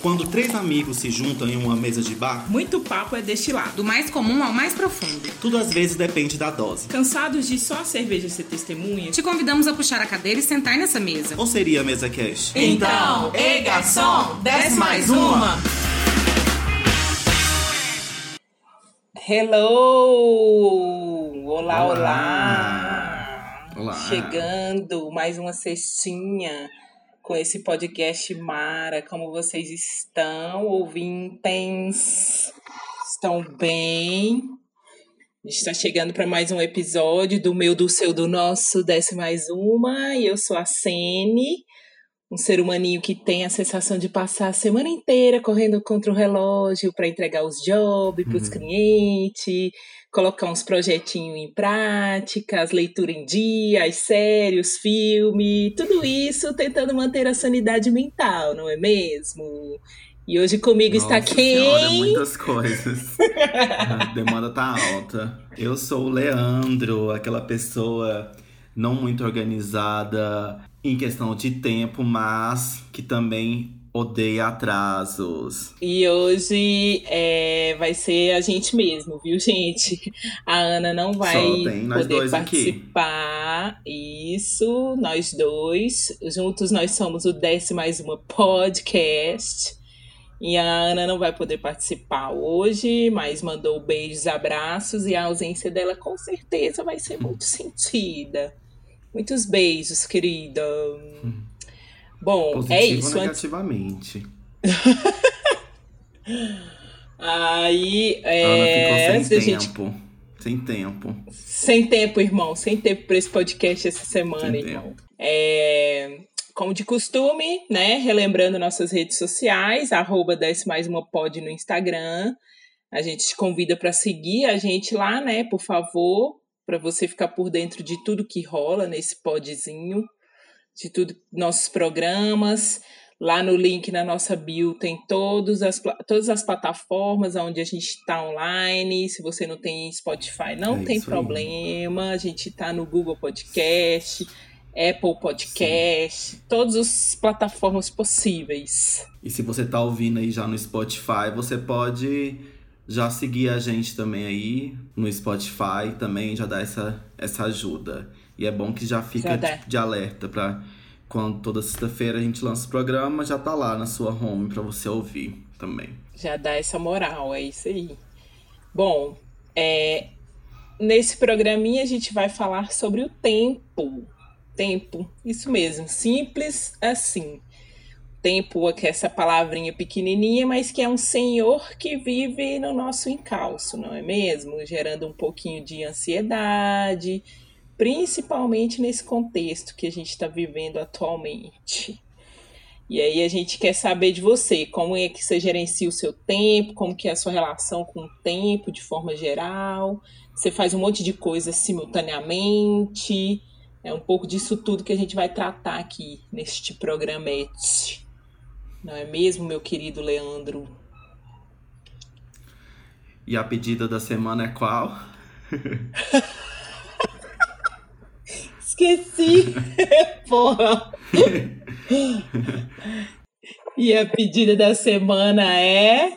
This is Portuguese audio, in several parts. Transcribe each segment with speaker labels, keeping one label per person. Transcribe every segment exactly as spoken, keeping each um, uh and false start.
Speaker 1: Quando três amigos se juntam em uma mesa de bar,
Speaker 2: muito papo é destilado,
Speaker 3: do mais comum ao mais profundo.
Speaker 1: Tudo às vezes depende da dose.
Speaker 2: Cansados de só a cerveja ser testemunha?
Speaker 3: Te convidamos a puxar a cadeira e sentar nessa mesa.
Speaker 1: Ou seria a mesa cash?
Speaker 2: Então, ei garçom, desce mais uma! Hello! Olá, olá!
Speaker 1: Olá! Olá.
Speaker 2: Chegando mais uma cestinha com esse podcast mara. Como vocês estão, ouvintes? Estão bem? A gente está chegando para mais um episódio do meu, do seu, do nosso Desce Mais Uma. E eu sou a Sene, um ser humaninho que tem a sensação de passar a semana inteira correndo contra o relógio para entregar os jobs para os uhum. clientes, colocar uns projetinhos em prática, as leituras em dia, as séries, filme, tudo isso tentando manter a sanidade mental, não é mesmo? E hoje comigo
Speaker 1: Nossa
Speaker 2: está quem?
Speaker 1: Senhora, muitas coisas. A demanda tá alta. Eu sou o Leandro, aquela pessoa não muito organizada em questão de tempo, mas que também odeia atrasos.
Speaker 2: E hoje é, vai ser a gente mesmo, viu, gente? A Ana não vai poder participar. Aqui. Isso, nós dois. Juntos nós somos o Desce Mais Uma Podcast. E a Ana não vai poder participar hoje, mas mandou beijos, abraços. E a ausência dela com certeza vai ser muito sentida. Muitos beijos, querida. Hum. Bom,
Speaker 1: positivo
Speaker 2: é isso.
Speaker 1: Ou negativamente.
Speaker 2: Aí, é...
Speaker 1: Ana ficou sem
Speaker 2: antes
Speaker 1: tempo.
Speaker 2: Gente...
Speaker 1: Sem tempo.
Speaker 2: Sem tempo, irmão. Sem tempo para esse podcast essa semana,
Speaker 1: sem
Speaker 2: irmão. É... Como de costume, né? Relembrando nossas redes sociais, arroba Desce Mais Uma Pod no Instagram. A gente te convida para seguir a gente lá, né? Por favor, para você ficar por dentro de tudo que rola nesse podzinho, de tudo, nossos programas. Lá no link na nossa bio tem todas as, todas as plataformas onde a gente está online. Se você não tem Spotify, não é tem problema. Aí. A gente está no Google Podcast, Apple Podcast, Sim. todas as plataformas possíveis.
Speaker 1: E se você tá ouvindo aí já no Spotify, você pode já seguir a gente também aí no Spotify, também já dá essa, essa ajuda. E é bom que já fica já tipo, de alerta pra quando toda sexta-feira a gente lança o programa, já tá lá na sua home pra você ouvir também.
Speaker 2: Já dá essa moral, é isso aí. Bom, é, nesse programinha a gente vai falar sobre o tempo. Tempo, isso mesmo, simples assim. Tempo, que é essa palavrinha pequenininha, mas que é um senhor que vive no nosso encalço, não é mesmo? Gerando um pouquinho de ansiedade, principalmente nesse contexto que a gente está vivendo atualmente. E aí a gente quer saber de você, como é que você gerencia o seu tempo, como que é a sua relação com o tempo de forma geral, você faz um monte de coisas simultaneamente, é um pouco disso tudo que a gente vai tratar aqui neste programete. Não é mesmo, meu querido Leandro?
Speaker 1: E a pedida da semana é qual?
Speaker 2: Esqueci! Porra! E a pedida da semana é...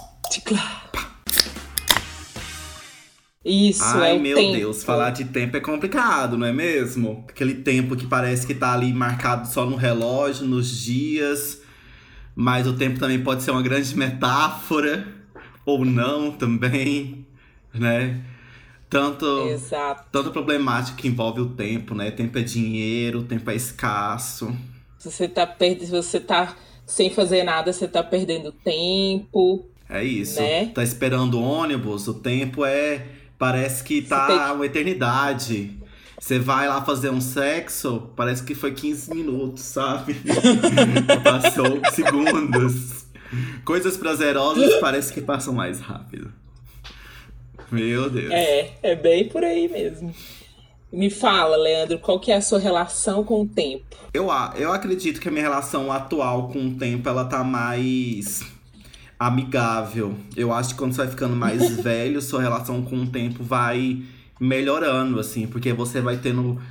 Speaker 2: Isso,
Speaker 1: Ai,
Speaker 2: é o
Speaker 1: meu
Speaker 2: tempo.
Speaker 1: Deus, falar de tempo é complicado, não é mesmo? Aquele tempo que parece que tá ali marcado só no relógio, nos dias. Mas o tempo também pode ser uma grande metáfora, ou não também, né? Tanto,
Speaker 2: Exato.
Speaker 1: Tanta problemática que envolve o tempo, né? Tempo é dinheiro, tempo é escasso.
Speaker 2: Se você tá, per... Se você tá sem fazer nada, você tá perdendo tempo.
Speaker 1: É isso.
Speaker 2: Né?
Speaker 1: Tá esperando o ônibus, o tempo é... Parece que tá tem... uma eternidade. Você vai lá fazer um sexo, parece que foi quinze minutos, sabe? Passou segundos. Coisas prazerosas parece que passam mais rápido. Meu Deus.
Speaker 2: É, é bem por aí mesmo. Me fala, Leandro, qual que é a sua relação com o tempo?
Speaker 1: Eu, eu acredito que a minha relação atual com o tempo, ela tá mais amigável. Eu acho que quando você vai ficando mais velho, sua relação com o tempo vai melhorando, assim. Porque você vai tendo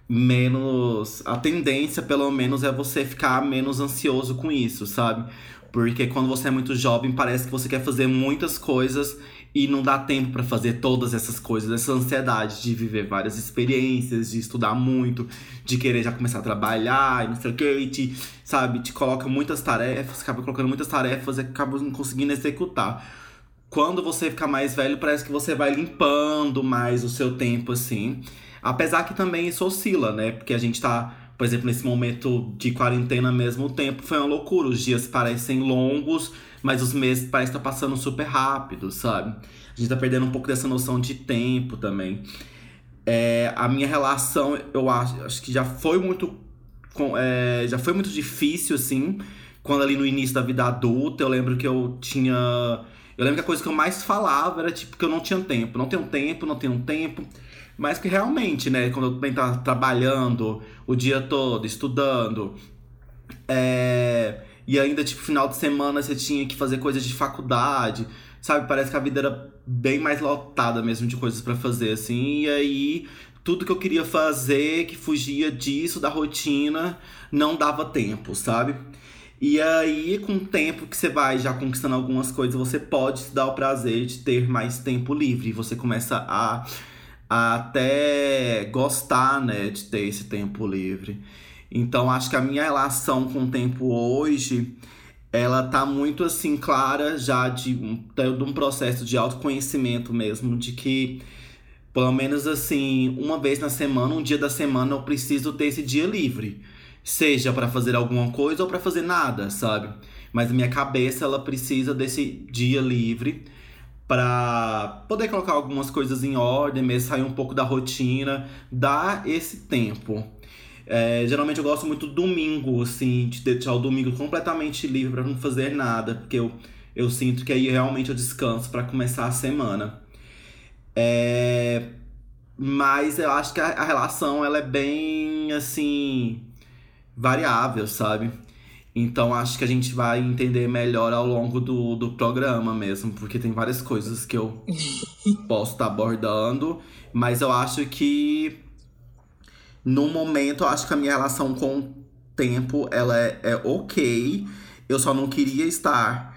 Speaker 1: menos… A tendência, pelo menos, é você ficar menos ansioso com isso, sabe? Porque quando você é muito jovem, parece que você quer fazer muitas coisas e não dá tempo pra fazer todas essas coisas. Essa ansiedade de viver várias experiências, de estudar muito, de querer já começar a trabalhar e não sei o que, e te, sabe, te coloca muitas tarefas, acaba colocando muitas tarefas e acaba não conseguindo executar. Quando você fica mais velho, parece que você vai limpando mais o seu tempo, assim. Apesar que também isso oscila, né? Porque a gente tá, por exemplo, nesse momento de quarentena mesmo, o tempo foi uma loucura. Os dias parecem longos, mas os meses parecem estar passando super rápido, sabe? A gente tá perdendo um pouco dessa noção de tempo também. É, a minha relação, eu acho, acho que já foi muito… É, já foi muito difícil, assim. Quando ali no início da vida adulta, eu lembro que eu tinha… Eu lembro que a coisa que eu mais falava era, tipo, que eu não tinha tempo. Não tenho tempo, não tenho tempo. Mas que realmente, né, quando eu também tava trabalhando o dia todo, estudando, é, e ainda, tipo, final de semana você tinha que fazer coisas de faculdade, sabe? Parece que a vida era bem mais lotada mesmo de coisas pra fazer, assim. E aí, tudo que eu queria fazer, que fugia disso, da rotina, não dava tempo, sabe? E aí, com o tempo que você vai já conquistando algumas coisas, você pode se dar o prazer de ter mais tempo livre. E você começa a… a até gostar, né, de ter esse tempo livre. Então, acho que a minha relação com o tempo hoje, ela tá muito, assim, clara já de um, de um processo de autoconhecimento mesmo, de que, pelo menos, assim, uma vez na semana, um dia da semana, eu preciso ter esse dia livre. Seja pra fazer alguma coisa ou pra fazer nada, sabe? Mas a minha cabeça, ela precisa desse dia livre pra poder colocar algumas coisas em ordem, mesmo sair um pouco da rotina, dar esse tempo. É, geralmente eu gosto muito do domingo, assim, de deixar o domingo completamente livre pra não fazer nada, porque eu, eu sinto que aí realmente eu descanso pra começar a semana. É, mas eu acho que a, a relação, ela é bem, assim, variável, sabe? Então acho que a gente vai entender melhor ao longo do, do programa mesmo, porque tem várias coisas que eu posso estar abordando, mas eu acho que no momento eu acho que a minha relação com o tempo, ela é, é ok. Eu só não queria estar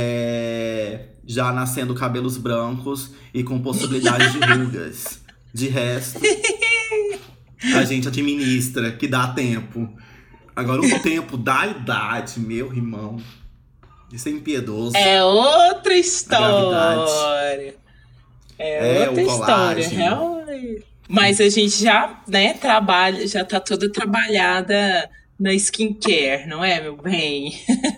Speaker 1: é, já nascendo cabelos brancos e com possibilidade de rugas. De resto, a gente administra, que dá tempo. Agora, o tempo da idade, meu irmão, isso é impiedoso.
Speaker 2: É outra história. É, é outra história, realmente. Mas a gente já, né, trabalha, já tá toda trabalhada na skincare, não é, meu bem?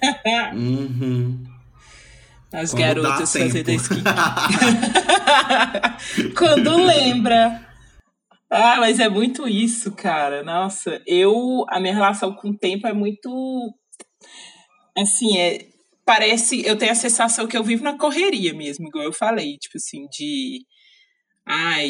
Speaker 1: Uhum.
Speaker 2: As Quando garotas fazendo a skincare. Quando lembra. Ah, mas é muito isso, cara. Nossa, eu… A minha relação com o tempo é muito… Assim, é… Parece… Eu tenho a sensação que eu vivo na correria mesmo, igual eu falei. Tipo assim, de… Ai,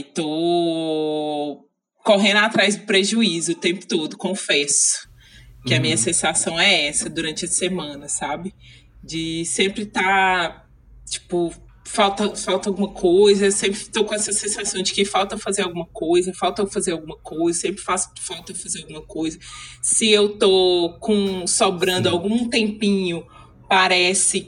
Speaker 2: tô correndo atrás do prejuízo o tempo todo, confesso. Que uhum. A minha sensação é essa durante a semana, sabe? De sempre estar, tá, tipo… Falta, falta alguma coisa, eu sempre estou com essa sensação de que falta fazer alguma coisa, falta fazer alguma coisa, sempre faço, falta fazer alguma coisa. Se eu tô com, sobrando Sim. algum tempinho, parece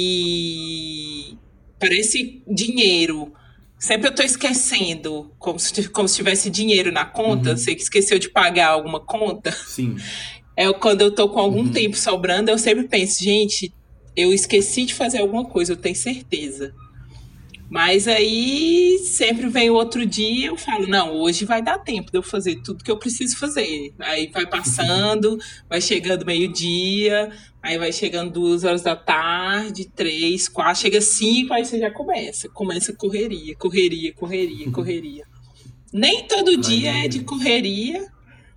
Speaker 2: que… Parece dinheiro. Sempre eu tô esquecendo, como se, como se tivesse dinheiro na conta, uhum. Você que esqueceu de pagar alguma conta.
Speaker 1: Sim.
Speaker 2: É quando eu tô com algum uhum. tempo sobrando, eu sempre penso, gente, eu esqueci de fazer alguma coisa, eu tenho certeza. Mas aí sempre vem o outro dia, eu falo, não, hoje vai dar tempo de eu fazer tudo que eu preciso fazer. Aí vai passando, vai chegando meio-dia, aí vai chegando duas horas da tarde, três, quatro, chega cinco, aí você já começa. Começa correria, correria, correria, correria. Nem todo dia é de correria,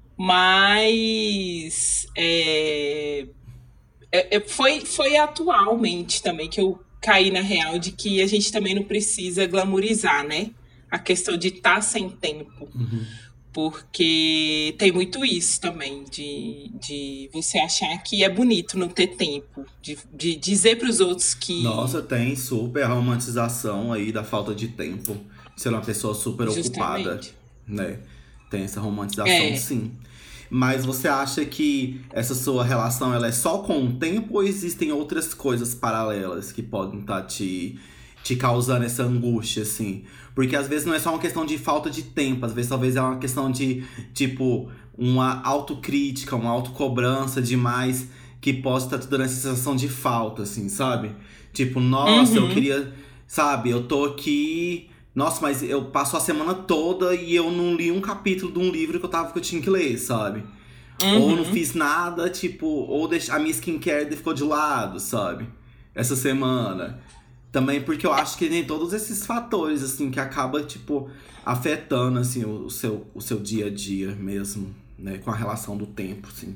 Speaker 2: mas é, é, foi, foi atualmente também que eu cair na real de que a gente também não precisa glamourizar, né? A questão de estar tá sem tempo.
Speaker 1: Uhum.
Speaker 2: Porque tem muito isso também, de, de você achar que é bonito não ter tempo. De, de dizer para os outros que…
Speaker 1: Nossa, tem super a romantização aí da falta de tempo. Ser uma pessoa super Justamente. ocupada, né? Tem essa romantização,
Speaker 2: É.
Speaker 1: sim. Mas você acha que essa sua relação ela é só com o tempo ou existem outras coisas paralelas que podem estar te, te causando essa angústia, assim? Porque às vezes não é só uma questão de falta de tempo, às vezes talvez é uma questão de, tipo, uma autocrítica, uma autocobrança demais que possa estar te dando essa sensação de falta, assim, sabe? Tipo, nossa,
Speaker 2: Uhum.
Speaker 1: eu queria, sabe, eu tô aqui. Nossa, mas eu passo a semana toda e eu não li um capítulo de um livro que eu tava que eu tinha que ler, sabe?
Speaker 2: Uhum.
Speaker 1: Ou não fiz nada, tipo, ou deix... a minha skincare ficou de lado, sabe? Essa semana. Também porque eu acho que tem todos esses fatores, assim, que acaba, tipo, afetando, assim, o, o seu, o seu dia a dia mesmo, né? Com a relação do tempo, assim.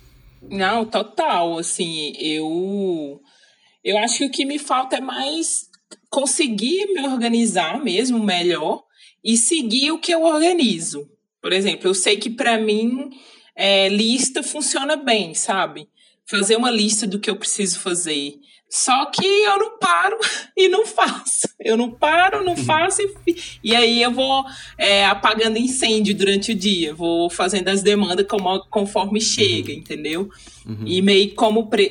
Speaker 2: Não, total, assim, eu eu acho que o que me falta é mais conseguir me organizar mesmo melhor e seguir o que eu organizo. Por exemplo, eu sei que para mim é, lista funciona bem, sabe? Fazer uma lista do que eu preciso fazer. Só que eu não paro e não faço. Eu não paro, não faço e, fi- e aí eu vou é, apagando incêndio durante o dia. Vou fazendo as demandas como, conforme chega, entendeu? E meio como, pre-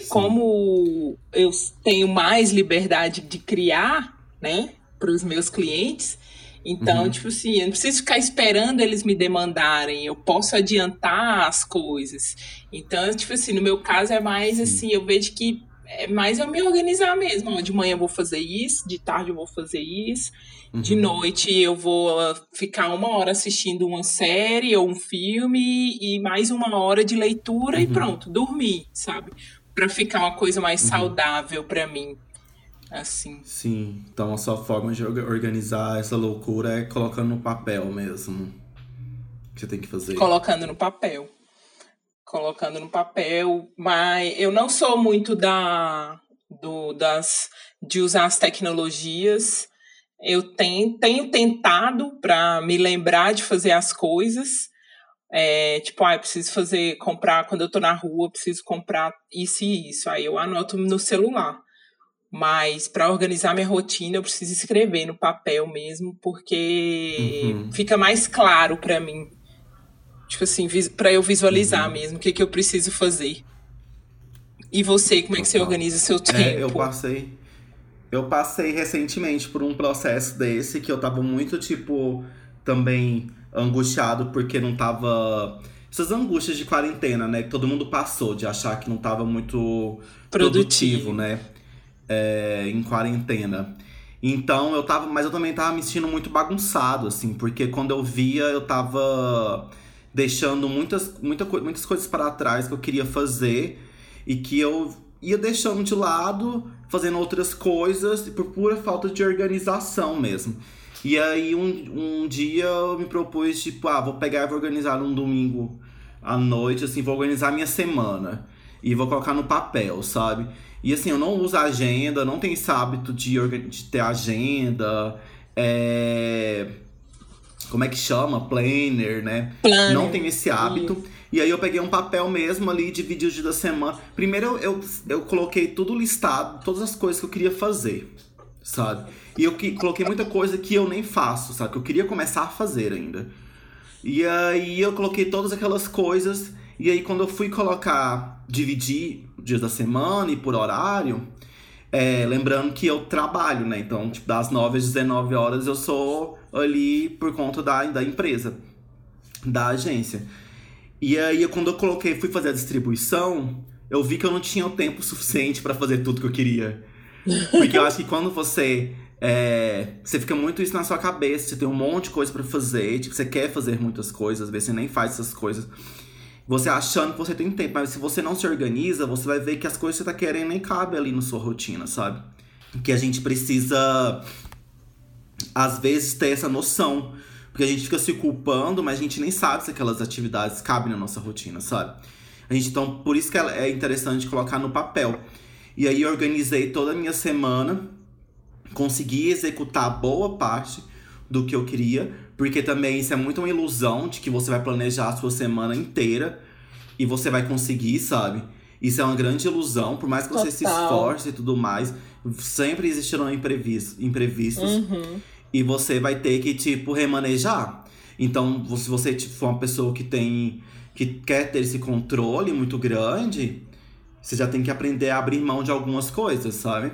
Speaker 2: como eu tenho mais liberdade de criar, né, para os meus clientes, então,
Speaker 1: Uhum.
Speaker 2: tipo assim, eu não preciso ficar esperando eles me demandarem, eu posso adiantar as coisas. Então, tipo assim, no meu caso é mais assim, eu vejo que é mais eu me organizar mesmo. Ó, de manhã eu vou fazer isso, de tarde eu vou fazer isso, de noite eu vou ah, ficar uma hora assistindo uma série ou um filme e mais uma hora de leitura e pronto, dormir, sabe? Pra ficar uma coisa mais saudável pra mim, assim.
Speaker 1: Sim, então a sua forma de orga- organizar essa loucura é colocando no papel mesmo. Que você tem que fazer.
Speaker 2: Colocando no papel. Colocando no papel, mas eu não sou muito da, do, das, de usar as tecnologias. Eu tenho, tenho tentado para me lembrar de fazer as coisas. É, tipo, ah, eu preciso fazer, comprar, quando eu tô na rua, eu preciso comprar isso e isso. Aí eu anoto no celular. Mas para organizar minha rotina, eu preciso escrever no papel mesmo, porque
Speaker 1: Uhum.
Speaker 2: fica mais claro para mim. Tipo assim, para eu visualizar mesmo o que, que eu preciso fazer. E você, como é que você
Speaker 1: Total.
Speaker 2: organiza o seu
Speaker 1: É, eu
Speaker 2: tempo?
Speaker 1: passei. Eu passei recentemente por um processo desse que eu tava muito, tipo, também angustiado porque não tava. Essas angústias de quarentena, né? Que todo mundo passou, de achar que não tava muito produtivo,
Speaker 2: Produtivo.
Speaker 1: né? É, em quarentena. Então eu tava. Mas eu também tava me sentindo muito bagunçado, assim, porque quando eu via, eu tava deixando muitas, muita, coi- muitas coisas para trás que eu queria fazer e que eu ia deixando de lado, fazendo outras coisas, por pura falta de organização mesmo. E aí um, um dia eu me propus, tipo, ah, vou pegar e vou organizar um domingo à noite, assim, vou organizar minha semana. E vou colocar no papel, sabe? E assim, eu não uso agenda, não tenho esse hábito de, orga- de ter agenda. É... Como é que chama? Planner, né? Não
Speaker 2: Planner.
Speaker 1: tenho esse hábito. E aí eu peguei um papel mesmo ali, dividi os dias da semana. Primeiro eu, eu, eu coloquei tudo listado, todas as coisas que eu queria fazer, sabe? E eu que, coloquei muita coisa que eu nem faço, sabe? Que eu queria começar a fazer ainda. E aí eu coloquei todas aquelas coisas. E aí quando eu fui colocar, dividir dias da semana e por horário, é, lembrando que eu trabalho, né? Então, tipo, das nove às dezenove horas eu sou ali por conta da, da empresa, da agência. E aí quando eu coloquei, fui fazer a distribuição, eu vi que eu não tinha o tempo suficiente pra fazer tudo que eu queria. Porque eu acho que quando você. É, você fica muito isso na sua cabeça, você tem um monte de coisa pra fazer, tipo, você quer fazer muitas coisas, às vezes você nem faz essas coisas. Você achando que você tem tempo, mas se você não se organiza, você vai ver que as coisas que você tá querendo nem cabem ali na sua rotina, sabe? Que a gente precisa, às vezes, ter essa noção. Porque a gente fica se culpando, mas a gente nem sabe se aquelas atividades cabem na nossa rotina, sabe? A gente, então, por isso que é interessante colocar no papel. E aí eu organizei toda a minha semana, consegui executar boa parte do que eu queria, porque também isso é muito uma ilusão de que você vai planejar a sua semana inteira e você vai conseguir, sabe? Isso é uma grande ilusão, por mais que você se
Speaker 2: Total.
Speaker 1: esforce e tudo mais, sempre existirão imprevistos, imprevistos
Speaker 2: Uhum.
Speaker 1: e você vai ter que, tipo, remanejar. Então, se você tipo, for uma pessoa que tem que quer ter esse controle muito grande, você já tem que aprender a abrir mão de algumas coisas, sabe?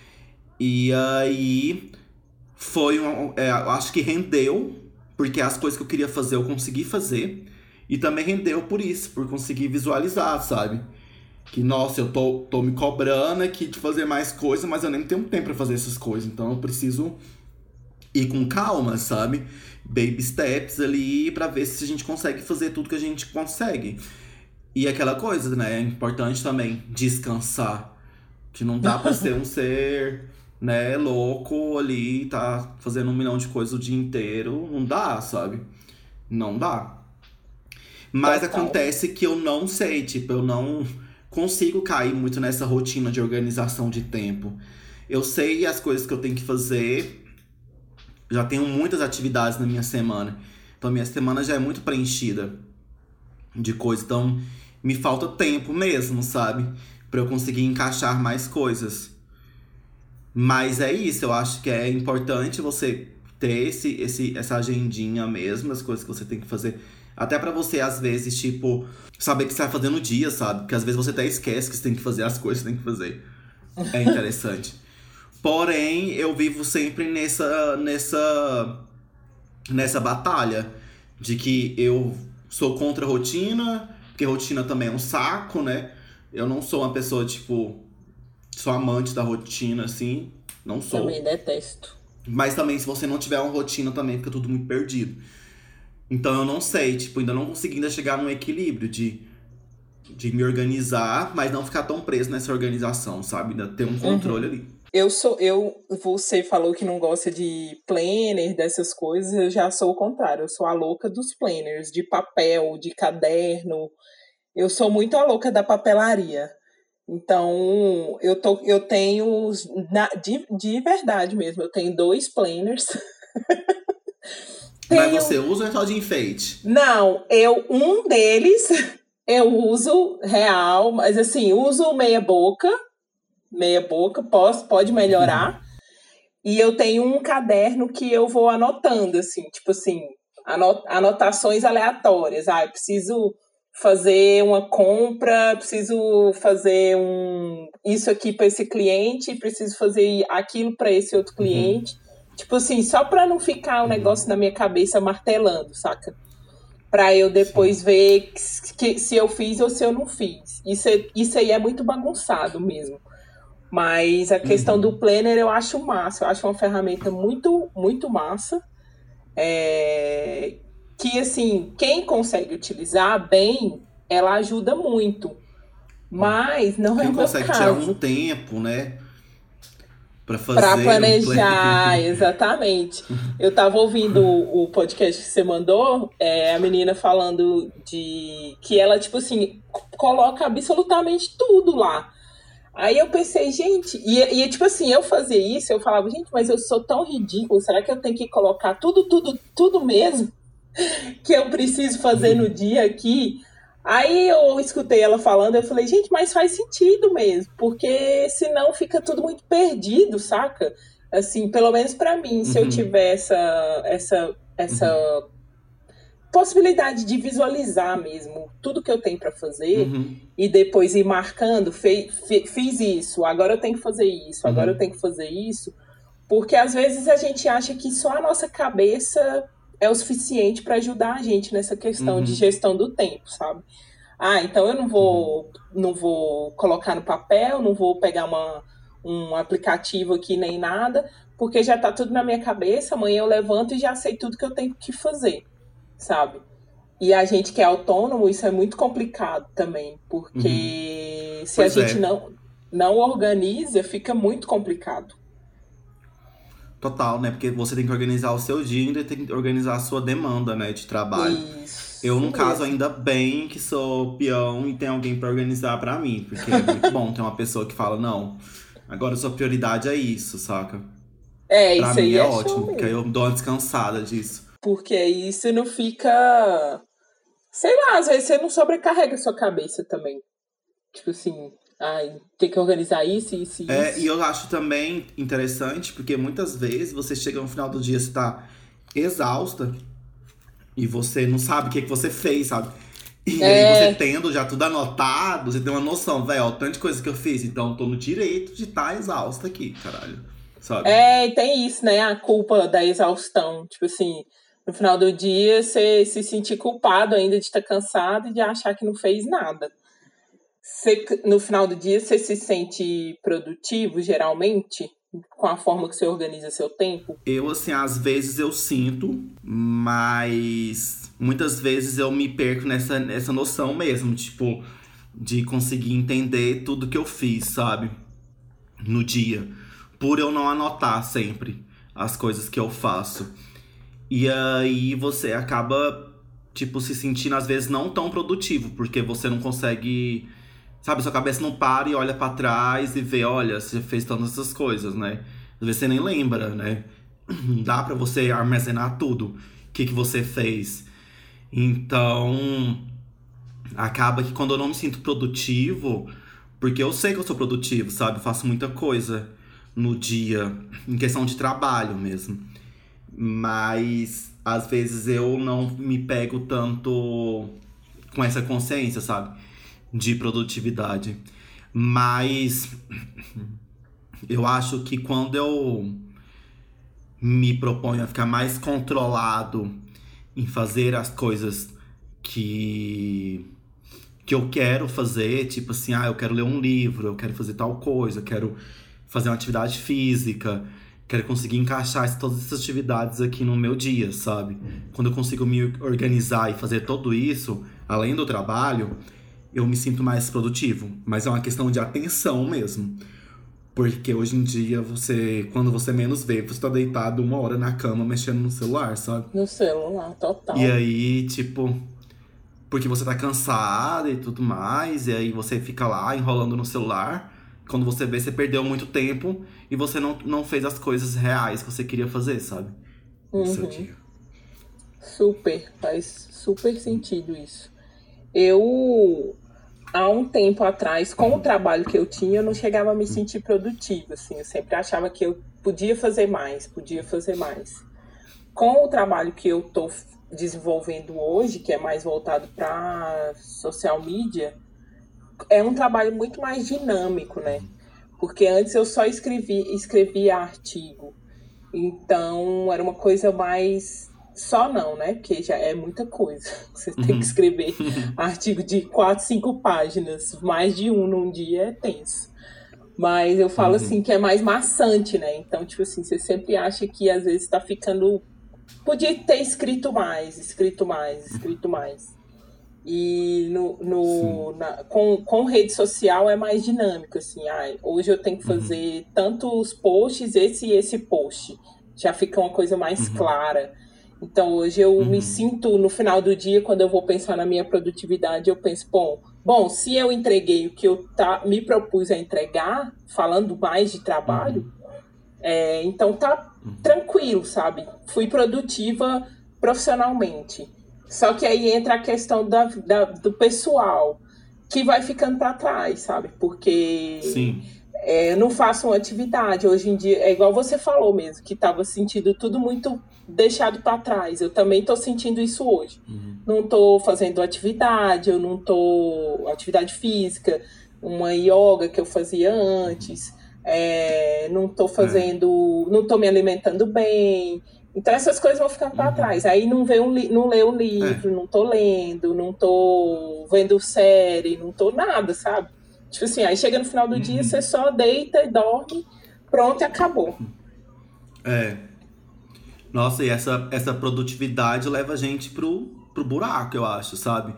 Speaker 1: E aí foi um, é, eu acho que rendeu, porque as coisas que eu queria fazer eu consegui fazer. E também rendeu por isso, por conseguir visualizar, sabe? Que, nossa, eu tô, tô me cobrando aqui de fazer mais coisas, mas eu nem tenho tempo pra fazer essas coisas. Então eu preciso ir com calma, sabe? Baby steps ali pra ver se a gente consegue fazer tudo que a gente consegue. E aquela coisa, né? É importante também descansar. Que não dá pra ser um ser, né, louco ali, tá fazendo um milhão de coisas o dia inteiro. Não dá, sabe? Não dá. Mas Total. Acontece que eu não sei, tipo, eu não consigo cair muito nessa rotina de organização de tempo. Eu sei as coisas que eu tenho que fazer. Já tenho muitas atividades na minha semana. Então, minha semana já é muito preenchida de coisas. Então, me falta tempo mesmo, sabe? Pra eu conseguir encaixar mais coisas. Mas é isso, eu acho que é importante você ter esse, esse, essa agendinha mesmo, as coisas que você tem que fazer. Até pra você, às vezes, tipo, saber o que você vai fazer no dia, sabe? Porque às vezes você até esquece que você tem que fazer as coisas que você tem que fazer. É interessante. Porém, eu vivo sempre nessa, nessa, nessa batalha de que eu sou contra a rotina, porque rotina também é um saco, né? Eu não sou uma pessoa, tipo, sou amante da rotina, assim. Não sou.
Speaker 2: Também detesto.
Speaker 1: Mas também, se você não tiver uma rotina, também fica tudo muito perdido. Então eu não sei, tipo, ainda não consegui ainda chegar num equilíbrio de, de me organizar, mas não ficar tão preso nessa organização, sabe? Ainda ter um controle uhum. ali.
Speaker 2: Eu sou, eu, você falou que não gosta de planner, dessas coisas, eu já sou o contrário. Eu sou a louca dos planners, de papel, de caderno. Eu sou muito a louca da papelaria. Então, eu, tô, eu tenho, na, de, de verdade mesmo, eu tenho dois planners.
Speaker 1: Tenho... Mas você usa ou é só de enfeite?
Speaker 2: Não, eu, um deles eu uso real, mas assim, uso meia boca, meia boca, posso, pode melhorar. Uhum. E eu tenho um caderno que eu vou anotando, assim, tipo assim, anot, anotações aleatórias. Ah, eu preciso fazer uma compra, preciso fazer um, isso aqui para esse cliente, preciso fazer aquilo para esse outro cliente. Uhum. Tipo assim, só pra não ficar o um negócio na minha cabeça martelando, saca? Pra eu depois Sim. ver que, que, se eu fiz ou se eu não fiz. Isso, é, isso aí é muito bagunçado mesmo. Mas a questão uhum. do planner eu acho massa. Eu acho uma ferramenta muito, muito massa. É, que, assim, quem consegue utilizar bem, ela ajuda muito. Mas não
Speaker 1: quem
Speaker 2: é o meu caso.
Speaker 1: Quem consegue tirar um tempo, né? Pra, fazer
Speaker 2: pra planejar, um exatamente. Eu tava ouvindo o, o podcast que você mandou, é, a menina falando de que ela, tipo assim, coloca absolutamente tudo lá. Aí eu pensei, gente, e, e tipo assim, eu fazia isso, eu falava, gente, mas eu sou tão ridículo, será que eu tenho que colocar tudo, tudo, tudo mesmo que eu preciso fazer no dia aqui? Aí eu escutei ela falando, eu falei, gente, mas faz sentido mesmo, porque senão fica tudo muito perdido, saca? Assim, pelo menos pra mim, se uhum. eu tiver essa, essa, essa uhum. possibilidade de visualizar mesmo tudo que eu tenho pra fazer uhum. e depois ir marcando, fe, fe, fiz isso, agora eu tenho que fazer isso, agora uhum. eu tenho que fazer isso, porque às vezes a gente acha que só a nossa cabeça é o suficiente para ajudar a gente nessa questão uhum. de gestão do tempo, sabe? Ah, então eu não vou, uhum. não vou colocar no papel, não vou pegar uma, um aplicativo aqui nem nada, porque já tá tudo na minha cabeça, amanhã eu levanto e já sei tudo que eu tenho que fazer, sabe? E a gente que é autônomo, isso é muito complicado também, porque uhum. se pois a gente é. não, não organiza, fica muito complicado.
Speaker 1: Total, né? Porque você tem que organizar o seu dia e ainda tem que organizar a sua demanda, né, de trabalho. Isso. Eu, no caso, ainda bem que sou peão e tem alguém pra organizar pra mim. Porque é muito bom ter uma pessoa que fala, não, agora a sua prioridade é isso, saca?
Speaker 2: É,
Speaker 1: pra
Speaker 2: isso
Speaker 1: mim
Speaker 2: aí
Speaker 1: é,
Speaker 2: é
Speaker 1: ótimo, porque aí eu dou uma descansada disso.
Speaker 2: Porque isso não fica... Sei lá, às vezes você não sobrecarrega a sua cabeça também. Tipo assim... Ai, tem que organizar isso, isso e isso.
Speaker 1: É, e eu acho também interessante, porque muitas vezes você chega no final do dia, você tá exausta. E você não sabe o que, que você fez, sabe? E
Speaker 2: É.
Speaker 1: aí você tendo já tudo anotado, você tem uma noção, velho, ó, tanto de coisa que eu fiz, então eu tô no direito de estar exausta aqui, caralho. Sabe?
Speaker 2: É, e tem isso, né? A culpa da exaustão. Tipo assim, no final do dia, você se sentir culpado ainda de estar cansado e de achar que não fez nada. Você, no final do dia, você se sente produtivo, geralmente, com a forma que você organiza seu tempo?
Speaker 1: Eu, assim, às vezes eu sinto, mas muitas vezes eu me perco nessa, nessa noção mesmo, tipo, de conseguir entender tudo que eu fiz, sabe? No dia. Por eu não anotar sempre as coisas que eu faço. E aí você acaba, tipo, se sentindo às vezes não tão produtivo, porque você não consegue, sabe, sua cabeça não para e olha pra trás e vê, olha, você fez todas essas coisas, né? Às vezes você nem lembra, né? Não dá pra você armazenar tudo, o que, que você fez. Então, acaba que quando eu não me sinto produtivo, porque eu sei que eu sou produtivo, sabe? Eu faço muita coisa no dia, em questão de trabalho mesmo. Mas, às vezes, eu não me pego tanto com essa consciência, sabe? De produtividade. Mas eu acho que quando eu me proponho a ficar mais controlado em fazer as coisas que, que eu quero fazer, tipo assim, ah, eu quero ler um livro, eu quero fazer tal coisa, eu quero fazer uma atividade física, quero conseguir encaixar todas essas atividades aqui no meu dia, sabe? Quando eu consigo me organizar e fazer tudo isso, além do trabalho, eu me sinto mais produtivo. Mas é uma questão de atenção mesmo. Porque hoje em dia, você, quando você menos vê, você tá deitado uma hora na cama mexendo no celular, sabe?
Speaker 2: No celular, total.
Speaker 1: E aí, tipo, porque você tá cansado e tudo mais, e aí você fica lá enrolando no celular. Quando você vê, você perdeu muito tempo e você não, não fez as coisas reais que você queria fazer, sabe? No
Speaker 2: Uhum.
Speaker 1: seu dia.
Speaker 2: Super, faz super sentido isso. Eu, há um tempo atrás, com o trabalho que eu tinha, eu não chegava a me sentir produtiva, assim. Eu sempre achava que eu podia fazer mais, podia fazer mais. Com o trabalho que eu tô desenvolvendo hoje, que é mais voltado para social media, é um trabalho muito mais dinâmico, né? Porque antes eu só escrevi, escrevia artigo. Então, era uma coisa mais... Só não, né? Porque já é muita coisa. Você tem que escrever artigo de quatro, cinco páginas. Mais de um num dia é tenso. Mas eu falo
Speaker 1: Uhum.
Speaker 2: assim que é mais maçante, né? Então, tipo assim, você sempre acha que às vezes tá ficando... Podia ter escrito mais, escrito mais, escrito mais. E no, no, na, com, com rede social é mais dinâmico, assim, ah, hoje eu tenho que fazer uhum. tantos posts, esse e esse post. Já fica uma coisa mais uhum. clara. Então hoje eu uhum. me sinto, no final do dia, quando eu vou pensar na minha produtividade, eu penso, bom, bom se eu entreguei o que eu tá, me propus a entregar, falando mais de trabalho, uhum. é, então tá uhum. tranquilo, sabe? Fui produtiva profissionalmente. Só que aí entra a questão da, da, do pessoal, que vai ficando para trás, sabe? Porque é, eu não faço uma atividade. Hoje em dia, é igual você falou mesmo, que estava sentindo tudo muito deixado para trás. Eu também estou sentindo isso hoje. Uhum. Não estou fazendo atividade, eu não estou... Atividade física, uma yoga que eu fazia antes. É, não estou fazendo... É. Não estou me alimentando bem... Então essas coisas vão ficando para uhum. trás. Aí não, vê um li- não lê um livro, é. não tô lendo, não tô vendo série, não tô nada, sabe? Tipo assim, aí chega no final do uhum. dia, você só deita e dorme, pronto e acabou.
Speaker 1: É. Nossa, e essa, essa produtividade leva a gente pro, pro buraco, eu acho, sabe?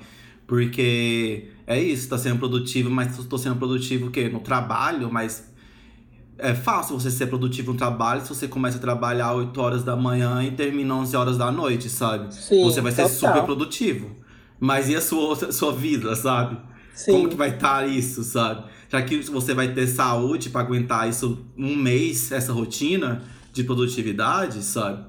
Speaker 1: Porque é isso, tá sendo produtivo, mas tô sendo produtivo o quê? No trabalho, mas... É fácil você ser produtivo no trabalho se você começa a trabalhar oito horas da manhã e termina onze horas da noite, sabe?
Speaker 2: Sim,
Speaker 1: você vai ser
Speaker 2: total.
Speaker 1: super produtivo. Mas e a sua, a sua vida, sabe?
Speaker 2: Sim.
Speaker 1: Como que vai estar isso, sabe? Já que você vai ter saúde pra aguentar isso um mês, essa rotina de produtividade, sabe?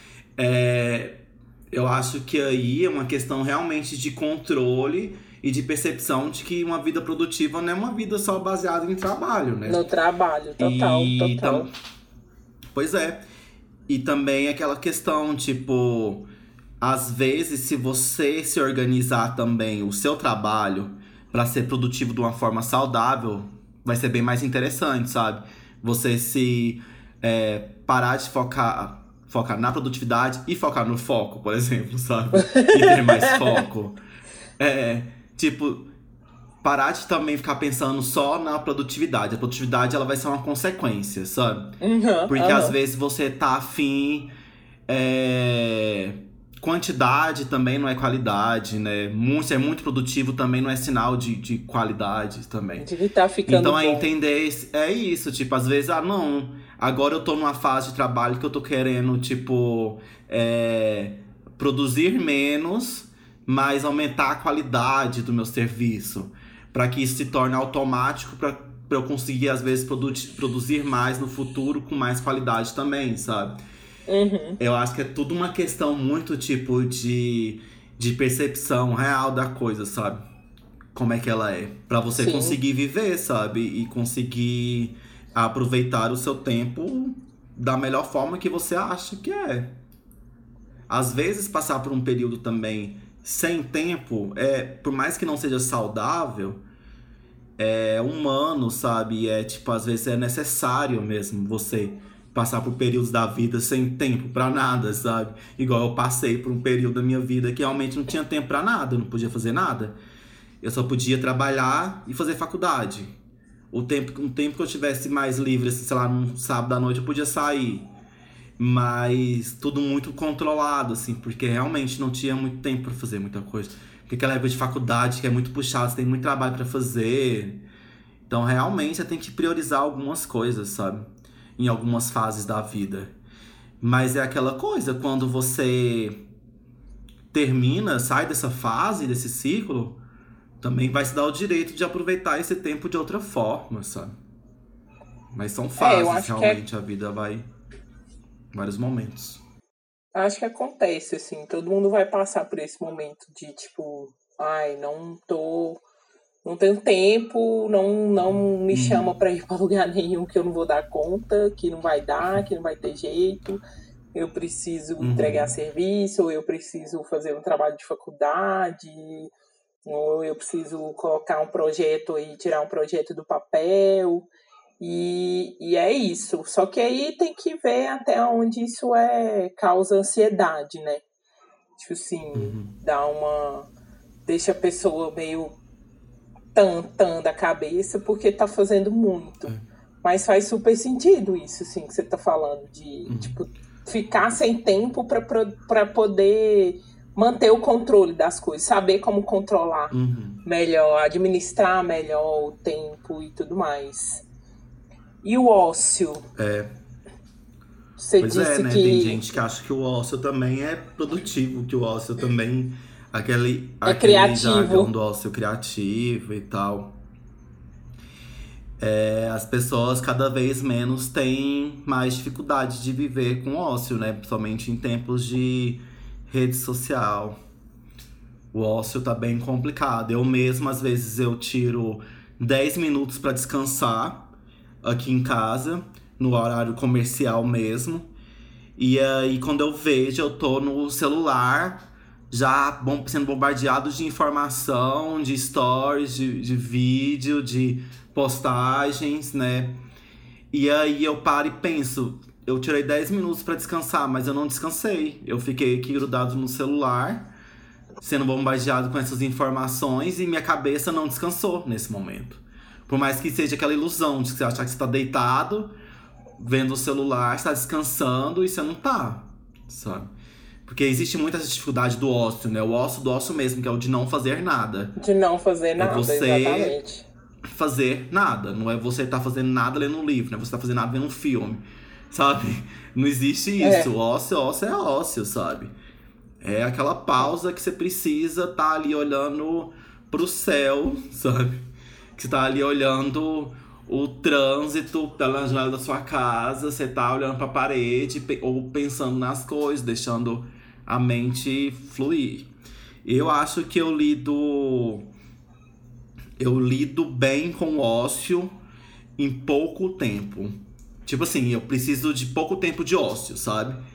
Speaker 1: É, eu acho que aí é uma questão realmente de controle e de percepção de que uma vida produtiva não é uma vida só baseada em trabalho, né?
Speaker 2: No trabalho, total,
Speaker 1: e,
Speaker 2: total.
Speaker 1: Tam... Pois é. E também aquela questão, tipo... às vezes, se você se organizar também o seu trabalho para ser produtivo de uma forma saudável, vai ser bem mais interessante, sabe? Você se é, parar de focar, focar na produtividade e focar no foco, por exemplo, sabe? E ter mais foco. É, tipo, parar de também ficar pensando só na produtividade. A produtividade, ela vai ser uma consequência, sabe?
Speaker 2: Uhum,
Speaker 1: Porque
Speaker 2: uhum.
Speaker 1: às vezes você tá afim… É… Quantidade também não é qualidade, né? Muito, ser muito produtivo também não é sinal de, de qualidade também.
Speaker 2: De que tá ficando
Speaker 1: Então
Speaker 2: bom.
Speaker 1: é entender, é isso, tipo, às vezes, ah, não, agora eu tô numa fase de trabalho que eu tô querendo, tipo, é, produzir menos, mas aumentar a qualidade do meu serviço. Pra que isso se torne automático, pra, pra eu conseguir, às vezes, produ produzir mais no futuro com mais qualidade também, sabe?
Speaker 2: Uhum.
Speaker 1: Eu acho que é tudo uma questão muito, tipo, de, de percepção real da coisa, sabe? Como é que ela é. Pra você
Speaker 2: Sim.
Speaker 1: conseguir viver, sabe? E conseguir aproveitar o seu tempo da melhor forma que você acha que é. Às vezes, passar por um período também sem tempo, é, por mais que não seja saudável, é humano, sabe? É, tipo, às vezes é necessário mesmo você passar por períodos da vida sem tempo pra nada, sabe? Igual eu passei por um período da minha vida que realmente não tinha tempo pra nada, eu não podia fazer nada. Eu só podia trabalhar e fazer faculdade. O tempo, um tempo que eu tivesse mais livre, assim, sei lá, num sábado à noite eu podia sair. Mas tudo muito controlado, assim, porque realmente não tinha muito tempo pra fazer muita coisa. Porque aquela época de faculdade que é muito puxado, você tem muito trabalho pra fazer. Então realmente você tem que priorizar algumas coisas, sabe? Em algumas fases da vida. Mas é aquela coisa, quando você termina, sai dessa fase, desse ciclo, também vai se dar o direito de aproveitar esse tempo de outra forma, sabe? Mas são fases,
Speaker 2: É, eu acho
Speaker 1: realmente,
Speaker 2: que é...
Speaker 1: a vida vai… vários momentos.
Speaker 2: Acho que acontece, assim, todo mundo vai passar por esse momento de, tipo, ai, não tô… Não tenho tempo, não, não me chama pra ir pra lugar nenhum que eu não vou dar conta, que não vai dar, que não vai ter jeito. Eu preciso
Speaker 1: Uhum.
Speaker 2: entregar serviço, ou eu preciso fazer um trabalho de faculdade, ou eu preciso colocar um projeto e tirar um projeto do papel. E, e é isso. Só que aí tem que ver até onde isso é causa ansiedade, né? Tipo assim,
Speaker 1: Uhum.
Speaker 2: dá uma… Deixa a pessoa meio… tan, tan da cabeça, porque tá fazendo muito.
Speaker 1: É.
Speaker 2: Mas faz super sentido isso, assim, que você tá falando. De,
Speaker 1: Uhum.
Speaker 2: tipo, ficar sem tempo pra, pra, pra poder manter o controle das coisas. Saber como controlar
Speaker 1: Uhum.
Speaker 2: melhor, administrar melhor o tempo e tudo mais. E o ócio?
Speaker 1: É.
Speaker 2: Você
Speaker 1: Pois
Speaker 2: disse
Speaker 1: é, né?
Speaker 2: que…
Speaker 1: Tem gente que acha que o ócio também é produtivo, que o ócio também… Aquele,
Speaker 2: É
Speaker 1: aquele
Speaker 2: criativo.
Speaker 1: jargão do ócio criativo e tal. É, as pessoas cada vez menos têm mais dificuldade de viver com ócio, né? Principalmente em tempos de rede social. O ócio tá bem complicado. Eu mesmo, às vezes, eu tiro dez minutos para descansar aqui em casa, no horário comercial mesmo. E aí, quando eu vejo, eu tô no celular, já bom, sendo bombardeado de informação, de stories, de, de vídeo, de postagens, né? E aí eu paro e penso, eu tirei dez minutos pra descansar, mas eu não descansei. Eu fiquei aqui grudado no celular, sendo bombardeado com essas informações, e minha cabeça não descansou nesse momento. Por mais que seja aquela ilusão de você achar que você tá deitado, vendo o celular, está descansando, e você não tá, sabe? Porque existe muita essa dificuldade do ócio, né? O ócio do ócio mesmo, que é o de não fazer nada.
Speaker 2: De não fazer nada,
Speaker 1: é você
Speaker 2: exatamente.
Speaker 1: fazer nada. Não é você estar tá fazendo nada lendo um livro, não é você estar tá fazendo nada vendo um filme, sabe? Não existe isso.
Speaker 2: É.
Speaker 1: O ócio, ócio é ócio, sabe? É aquela pausa que você precisa estar tá ali olhando pro céu, sabe? Que você tá ali olhando o trânsito pela janela da sua casa, você tá olhando pra parede ou pensando nas coisas, deixando a mente fluir. Eu acho que eu lido eu lido bem com o ócio em pouco tempo. Tipo assim, eu preciso de pouco tempo de ócio, sabe?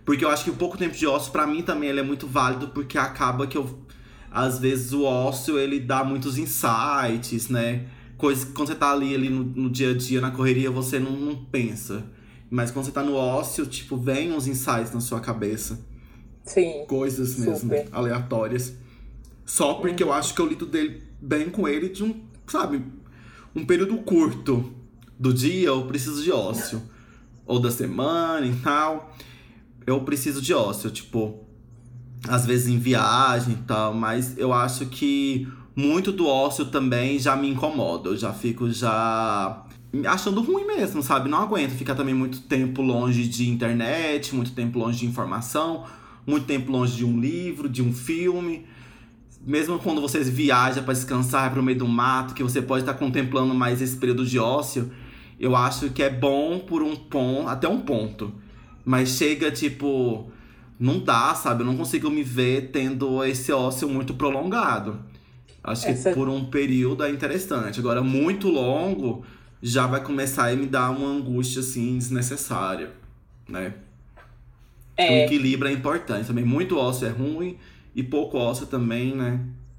Speaker 1: Porque eu acho que o pouco tempo de ócio, pra mim, também ele é muito válido, porque acaba que eu… Às vezes o ócio, ele dá muitos insights, né? Coisas que quando você tá ali, ali no, no dia a dia, na correria, você não, não pensa. Mas quando você tá no ócio, tipo, vem uns insights na sua cabeça.
Speaker 2: Sim.
Speaker 1: Coisas mesmo,
Speaker 2: super.
Speaker 1: aleatórias. Só porque uhum. eu acho que eu lido dele, bem com ele de um, sabe, um período curto do dia, eu preciso de ócio. Ou da semana e tal. Eu preciso de ócio, tipo, às vezes em viagem e tal. Mas eu acho que muito do ócio também já me incomoda. Eu já fico já achando ruim mesmo, sabe? Não aguento ficar também muito tempo longe de internet, muito tempo longe de informação, muito tempo longe de um livro, de um filme. Mesmo quando você viaja pra descansar pro meio do mato, que você pode estar contemplando mais esse período de ócio, eu acho que é bom por um ponto, até um ponto. Mas chega, tipo, não dá, sabe? Eu não consigo me ver tendo esse ócio muito prolongado. Acho que Essa... por um período é interessante. Agora, muito longo, já vai começar a me dar uma angústia, assim, desnecessária, né? É. O equilíbrio é importante também. Muito ócio é ruim e pouco ócio também, né?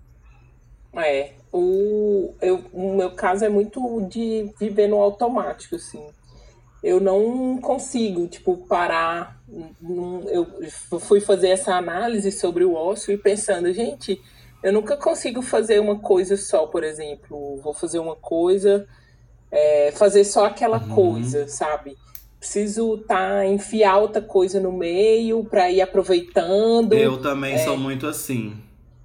Speaker 2: É. O, eu, o meu caso é muito de viver no automático, assim. Eu não consigo, tipo, parar. Eu fui fazer essa análise sobre o ócio e pensando, gente, eu nunca consigo fazer uma coisa só, por exemplo. Vou fazer uma coisa, é, fazer só aquela uhum. coisa, sabe? Preciso tá, enfiar outra coisa no meio pra ir aproveitando.
Speaker 1: Eu também
Speaker 2: é,
Speaker 1: sou muito assim.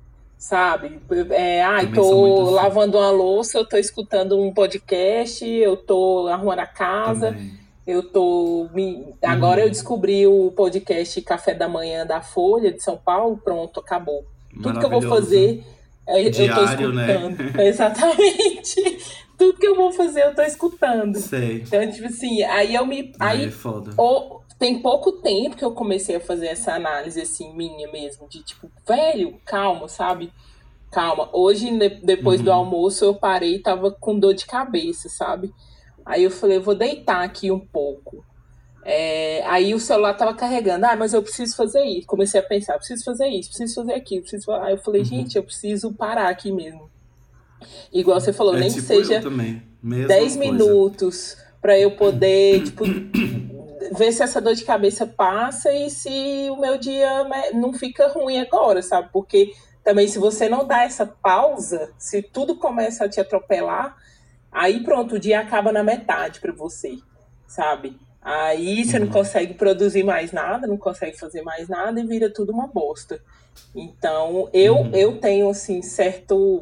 Speaker 2: Sabe? É, ah, tô assim. lavando uma louça, eu tô escutando um podcast, eu tô arrumando a casa. Também. Eu tô. Me... Agora uhum. eu descobri o podcast Café da Manhã da Folha de São Paulo. Pronto, acabou. Tudo que eu vou fazer, eu
Speaker 1: Diário,
Speaker 2: tô escutando.
Speaker 1: Né?
Speaker 2: Exatamente. Tudo que eu vou fazer, eu tô escutando.
Speaker 1: Sei.
Speaker 2: Então, tipo assim, aí eu me. Aí,
Speaker 1: é foda.
Speaker 2: Ou, tem pouco tempo que eu comecei a fazer essa análise, assim, minha mesmo, de tipo, velho, calma, sabe? Calma. Hoje, depois uhum. do almoço, eu parei e tava com dor de cabeça, sabe? Aí eu falei, eu vou deitar aqui um pouco. É, aí o celular tava carregando. Ah, mas eu preciso fazer isso. Comecei a pensar, preciso fazer isso, preciso fazer aquilo. Preciso fazer... Aí eu falei, uhum. gente, eu preciso parar aqui mesmo. Igual você falou, é nem
Speaker 1: tipo
Speaker 2: que seja dez minutos pra eu poder, tipo, ver se essa dor de cabeça passa e se o meu dia não fica ruim agora, sabe? Porque também se você não dá essa pausa, se tudo começa a te atropelar, aí pronto, o dia acaba na metade pra você, sabe? Aí você uhum. não consegue produzir mais nada, não consegue fazer mais nada e vira tudo uma bosta. Então, eu, uhum. eu tenho, assim, certo...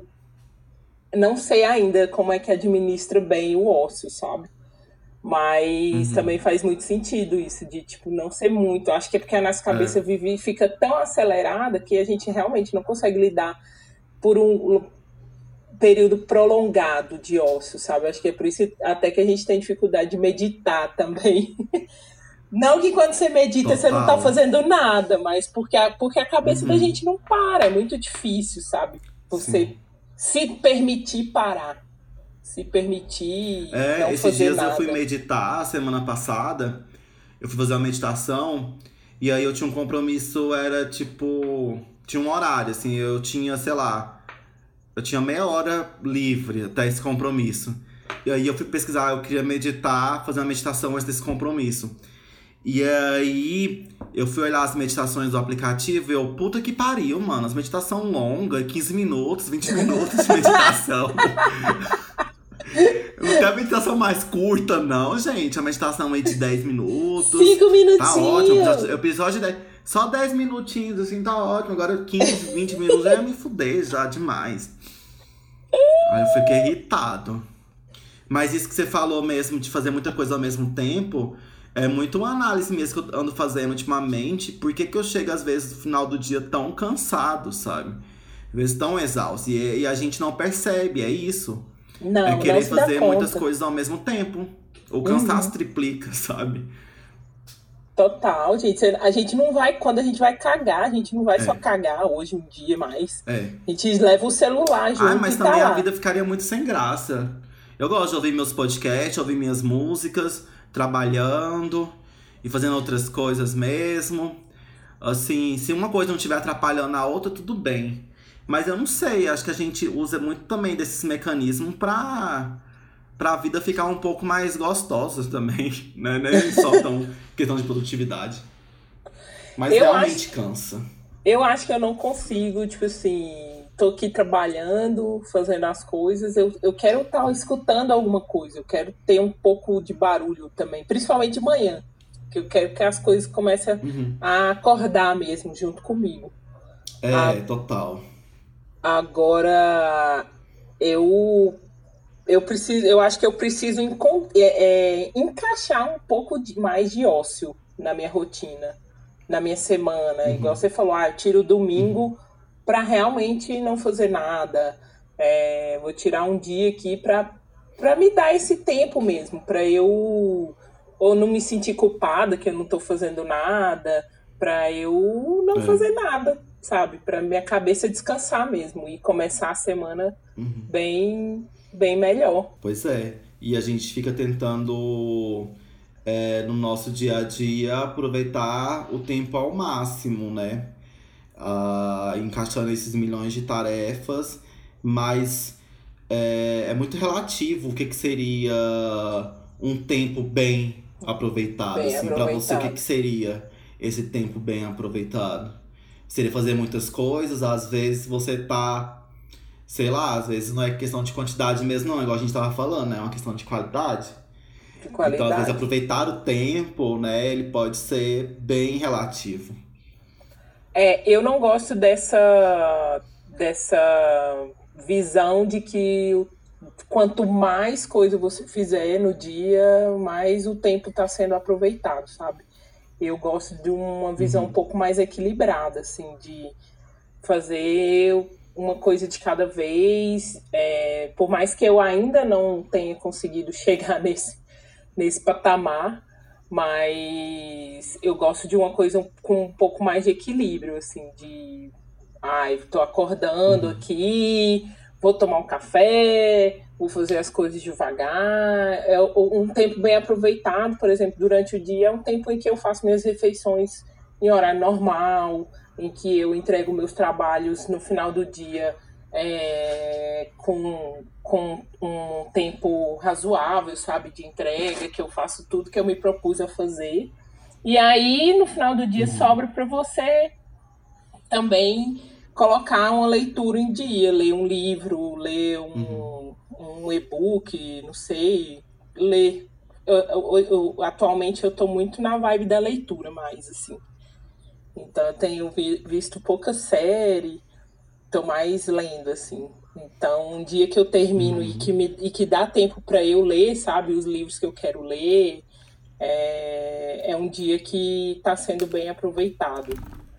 Speaker 2: Não sei ainda como é que administra bem o ócio, sabe? Mas uhum. também faz muito sentido isso, de, tipo, não ser muito. Acho que é porque a nossa cabeça é. vive, fica tão acelerada que a gente realmente não consegue lidar por um período prolongado de ócio, sabe? Acho que é por isso até que a gente tem dificuldade de meditar também. Não que quando você medita Total. Você não tá fazendo nada, mas porque a, porque a cabeça uhum. da gente não para. É muito difícil, sabe? Você Sim. se permitir parar. Se permitir
Speaker 1: é,
Speaker 2: não
Speaker 1: esses
Speaker 2: fazer
Speaker 1: dias
Speaker 2: nada.
Speaker 1: Eu fui meditar semana passada. Eu fui fazer uma meditação. E aí eu tinha um compromisso, era tipo... Tinha um horário, assim. Eu tinha, sei lá... Eu tinha meia hora livre até esse compromisso. E aí eu fui pesquisar, eu queria meditar, fazer uma meditação antes desse compromisso. E aí eu fui olhar as meditações do aplicativo e eu, puta que pariu, mano. As meditações longas, quinze minutos, vinte minutos de meditação. Não tem a meditação mais curta, não, gente. A meditação aí de dez minutos.
Speaker 2: cinco minutinhos.
Speaker 1: Tá ótimo. O episódio de dez, só dez minutinhos, assim, tá ótimo. Agora quinze, vinte minutos já ia me fuder já demais. Aí eu fiquei irritado. Mas isso que você falou mesmo, de fazer muita coisa ao mesmo tempo, é muito uma análise mesmo que eu ando fazendo ultimamente. Por que que eu chego, às vezes, no final do dia tão cansado, sabe? Às vezes tão exausto. E, e a gente não percebe, é isso.
Speaker 2: Não,
Speaker 1: é querer
Speaker 2: não
Speaker 1: fazer muitas coisas ao mesmo tempo. O cansaço uhum. triplica, sabe?
Speaker 2: Total, gente. A gente não vai, quando a gente vai cagar, a gente não vai é. só cagar hoje um dia mais.
Speaker 1: É.
Speaker 2: A gente leva o celular junto.
Speaker 1: Ah, mas
Speaker 2: e
Speaker 1: também
Speaker 2: tá
Speaker 1: a vida ficaria muito sem graça. Eu gosto de ouvir meus podcasts, ouvir minhas músicas, trabalhando e fazendo outras coisas mesmo. Assim, se uma coisa não estiver atrapalhando a outra, tudo bem. Mas eu não sei, acho que a gente usa muito também desses mecanismos pra, pra vida ficar um pouco mais gostosa também, né? Nem só tão questão de produtividade. Mas
Speaker 2: Eu
Speaker 1: realmente
Speaker 2: acho-
Speaker 1: cansa.
Speaker 2: Eu acho que eu não consigo, tipo assim, tô aqui trabalhando, fazendo as coisas, eu, eu quero estar escutando alguma coisa, eu quero ter um pouco de barulho também, principalmente de manhã, que eu quero que as coisas comecem
Speaker 1: Uhum.
Speaker 2: a acordar mesmo, junto comigo.
Speaker 1: É, total.
Speaker 2: Agora, eu eu preciso, eu acho que eu preciso encon- é, é, encaixar um pouco de- mais de ócio na minha rotina, na minha semana. Igual
Speaker 1: Uhum.
Speaker 2: você falou, ah, eu tiro o
Speaker 1: Uhum.
Speaker 2: domingo para realmente não fazer nada. É, vou tirar um dia aqui para para me dar esse tempo mesmo, para eu ou não me sentir culpada que eu não estou fazendo nada, para eu não
Speaker 1: É.
Speaker 2: fazer nada, sabe? Para minha cabeça descansar mesmo e começar a semana
Speaker 1: Uhum.
Speaker 2: bem bem melhor.
Speaker 1: Pois é. E a gente fica tentando, é, no nosso dia a dia, aproveitar o tempo ao máximo, né? Ah, encaixando esses milhões de tarefas, mas é, é muito relativo o que, que seria um tempo bem aproveitado,
Speaker 2: Bem
Speaker 1: assim. Pra você, o que, que
Speaker 2: aproveitado.
Speaker 1: seria esse tempo bem aproveitado? Seria fazer muitas coisas, às vezes você tá, sei lá, às vezes não é questão de quantidade mesmo, não, igual a gente tava falando, né? É uma questão de qualidade.
Speaker 2: De
Speaker 1: Então, às vezes,
Speaker 2: qualidade.
Speaker 1: aproveitar o tempo, né, ele pode ser bem relativo.
Speaker 2: É, eu não gosto dessa, dessa visão de que o- quanto mais coisa você fizer no dia, mais o tempo está sendo aproveitado, sabe? Eu gosto de uma visão um
Speaker 1: Uhum.
Speaker 2: pouco mais equilibrada, assim, de fazer uma coisa de cada vez. É, por mais que eu ainda não tenha conseguido chegar nesse, nesse patamar, mas eu gosto de uma coisa com um pouco mais de equilíbrio, assim, de ai, tô acordando
Speaker 1: Uhum.
Speaker 2: aqui, vou tomar um café, vou fazer as coisas devagar. É um tempo bem aproveitado, por exemplo, durante o dia é um tempo em que eu faço minhas refeições em horário normal, em que eu entrego meus trabalhos no final do dia é, com, com um tempo razoável, sabe, de entrega, que eu faço tudo que eu me propus a fazer. E aí, no final do dia,
Speaker 1: Uhum.
Speaker 2: sobra para você também colocar uma leitura em dia, ler um livro, ler
Speaker 1: Uhum.
Speaker 2: um, um e-book, não sei, ler. Eu, eu, eu, atualmente eu estou muito na vibe da leitura mais, assim. Então eu tenho vi, visto pouca série, estou mais lendo, assim. Então, um dia que eu termino e que,
Speaker 1: Uhum.
Speaker 2: me, e que dá tempo para eu ler, sabe, os livros que eu quero ler, é, é um dia que está sendo bem aproveitado.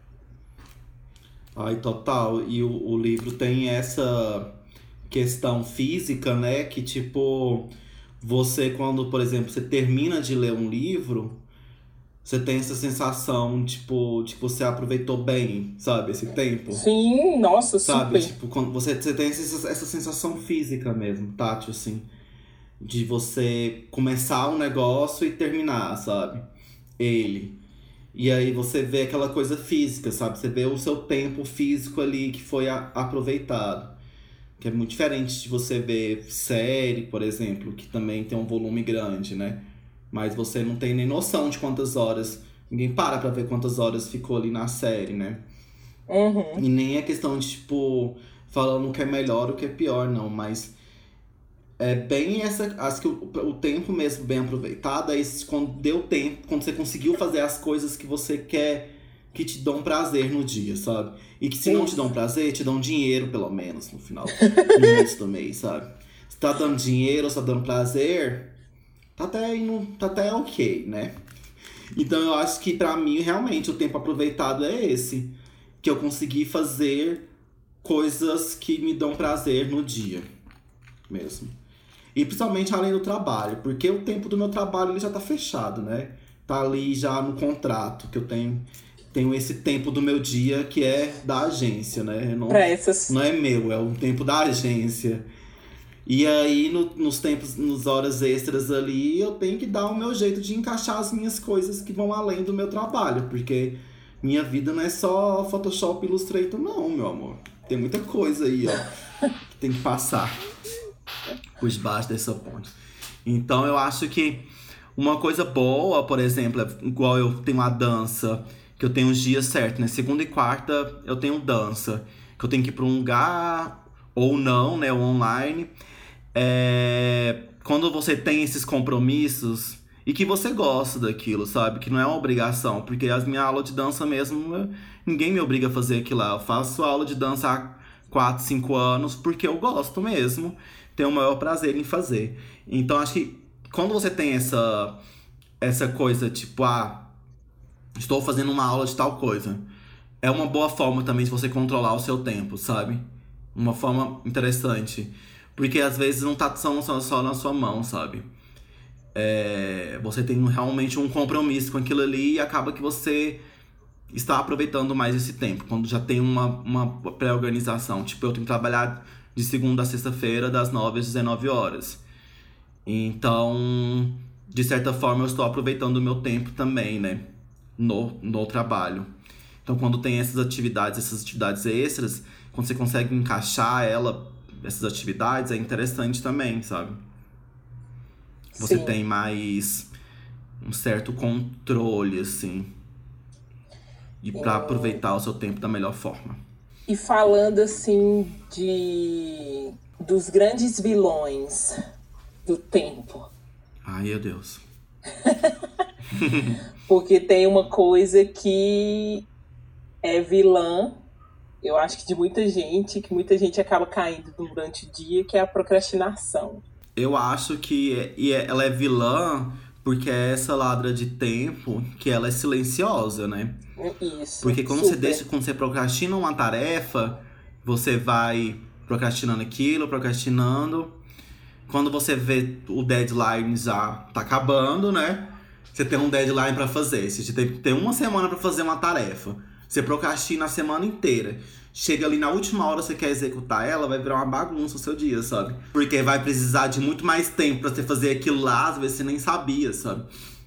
Speaker 1: Ai, total. E o, o livro tem essa questão física, né? Que tipo, você quando, por exemplo, você termina de ler um livro, você tem essa sensação, tipo, de que você aproveitou bem, sabe, esse tempo.
Speaker 2: Sim, nossa,
Speaker 1: Sabe,
Speaker 2: super.
Speaker 1: tipo, quando você, você tem essa, essa sensação física mesmo, tátil, assim, de você começar um negócio e terminar, sabe? Ele. E aí você vê aquela coisa física, sabe? Você vê o seu tempo físico ali que foi a- aproveitado. Que é muito diferente de você ver série, por exemplo, que também tem um volume grande, né? Mas você não tem nem noção de quantas horas. Ninguém para pra ver quantas horas ficou ali na série, né?
Speaker 2: Uhum.
Speaker 1: E nem é questão de, tipo, falando o que é melhor ou o que é pior, não. Mas é bem essa. Acho que o, o tempo mesmo bem aproveitado é esse, quando deu tempo, quando você conseguiu fazer as coisas que você quer, que te dão prazer no dia, sabe? E que se não te dão
Speaker 2: Isso.
Speaker 1: prazer, te dão dinheiro, pelo menos, no final, no início do mês, sabe? Se tá dando dinheiro ou se tá dando prazer, tá até indo, tá até ok, né? Então eu acho que pra mim, realmente, o tempo aproveitado é esse. Que eu consegui fazer coisas que me dão prazer no dia mesmo. E principalmente além do trabalho, porque o tempo do meu trabalho ele já tá fechado, né? Tá ali já no contrato que eu tenho. Tenho esse tempo do meu dia que é da agência, né? Não,
Speaker 2: Para essas.
Speaker 1: não é meu, é o tempo da agência. E aí, no, nos tempos, nas horas extras ali, eu tenho que dar o meu jeito de encaixar as minhas coisas que vão além do meu trabalho. Porque minha vida não é só Photoshop e Illustrator, não, meu amor. Tem muita coisa aí, ó, que tem que passar por debaixo dessa ponte. Então eu acho que uma coisa boa, por exemplo, é igual eu tenho a dança, que eu tenho os dias certos, né? Segunda e quarta eu tenho dança, que eu tenho que ir para um lugar ou não, né? Online. É... Quando você tem esses compromissos e que você gosta daquilo, sabe? Que não é uma obrigação, porque as minhas aulas de dança mesmo, eu... ninguém me obriga a fazer aquilo lá. Eu faço aula de dança há quatro, cinco anos porque eu gosto mesmo, tenho o maior prazer em fazer. Então acho que quando você tem essa, essa coisa, tipo, ah, estou fazendo uma aula de tal coisa, é uma boa forma também de você controlar o seu tempo, sabe? Uma forma interessante. Porque às vezes não tá só, só na sua mão, sabe? É, você tem realmente um compromisso com aquilo ali e acaba que você está aproveitando mais esse tempo. Quando já tem uma, uma pré-organização. Tipo, eu tenho que trabalhar de segunda a sexta-feira, das nove às dezenove horas. Então, de certa forma, eu estou aproveitando o meu tempo também, né? No, no trabalho. Então, quando tem essas atividades, essas atividades extras, quando você consegue encaixar ela, essas atividades, é interessante também, sabe? Você Sim. tem mais um certo controle, assim. E para hum. aproveitar o seu tempo da melhor forma.
Speaker 2: E falando, assim, de dos grandes vilões do tempo.
Speaker 1: Ai, meu Deus.
Speaker 2: Porque tem uma coisa que é vilã, eu acho que de muita gente, que muita gente acaba caindo durante o dia, que é a procrastinação.
Speaker 1: Eu acho que e ela é vilã porque é essa ladra de tempo que ela é silenciosa, né?
Speaker 2: Isso.
Speaker 1: Porque quando
Speaker 2: super.
Speaker 1: você deixa, quando você procrastina uma tarefa, você vai procrastinando aquilo, procrastinando. Quando você vê o deadline já tá acabando, né? Você tem um deadline pra fazer. Você tem, tem uma semana pra fazer uma tarefa. Você procrastina a semana inteira. Chega ali na última hora, você quer executar ela, vai virar uma bagunça o seu dia, sabe? Porque vai precisar de muito mais tempo pra você fazer aquilo lá, às vezes você nem sabia, sabe?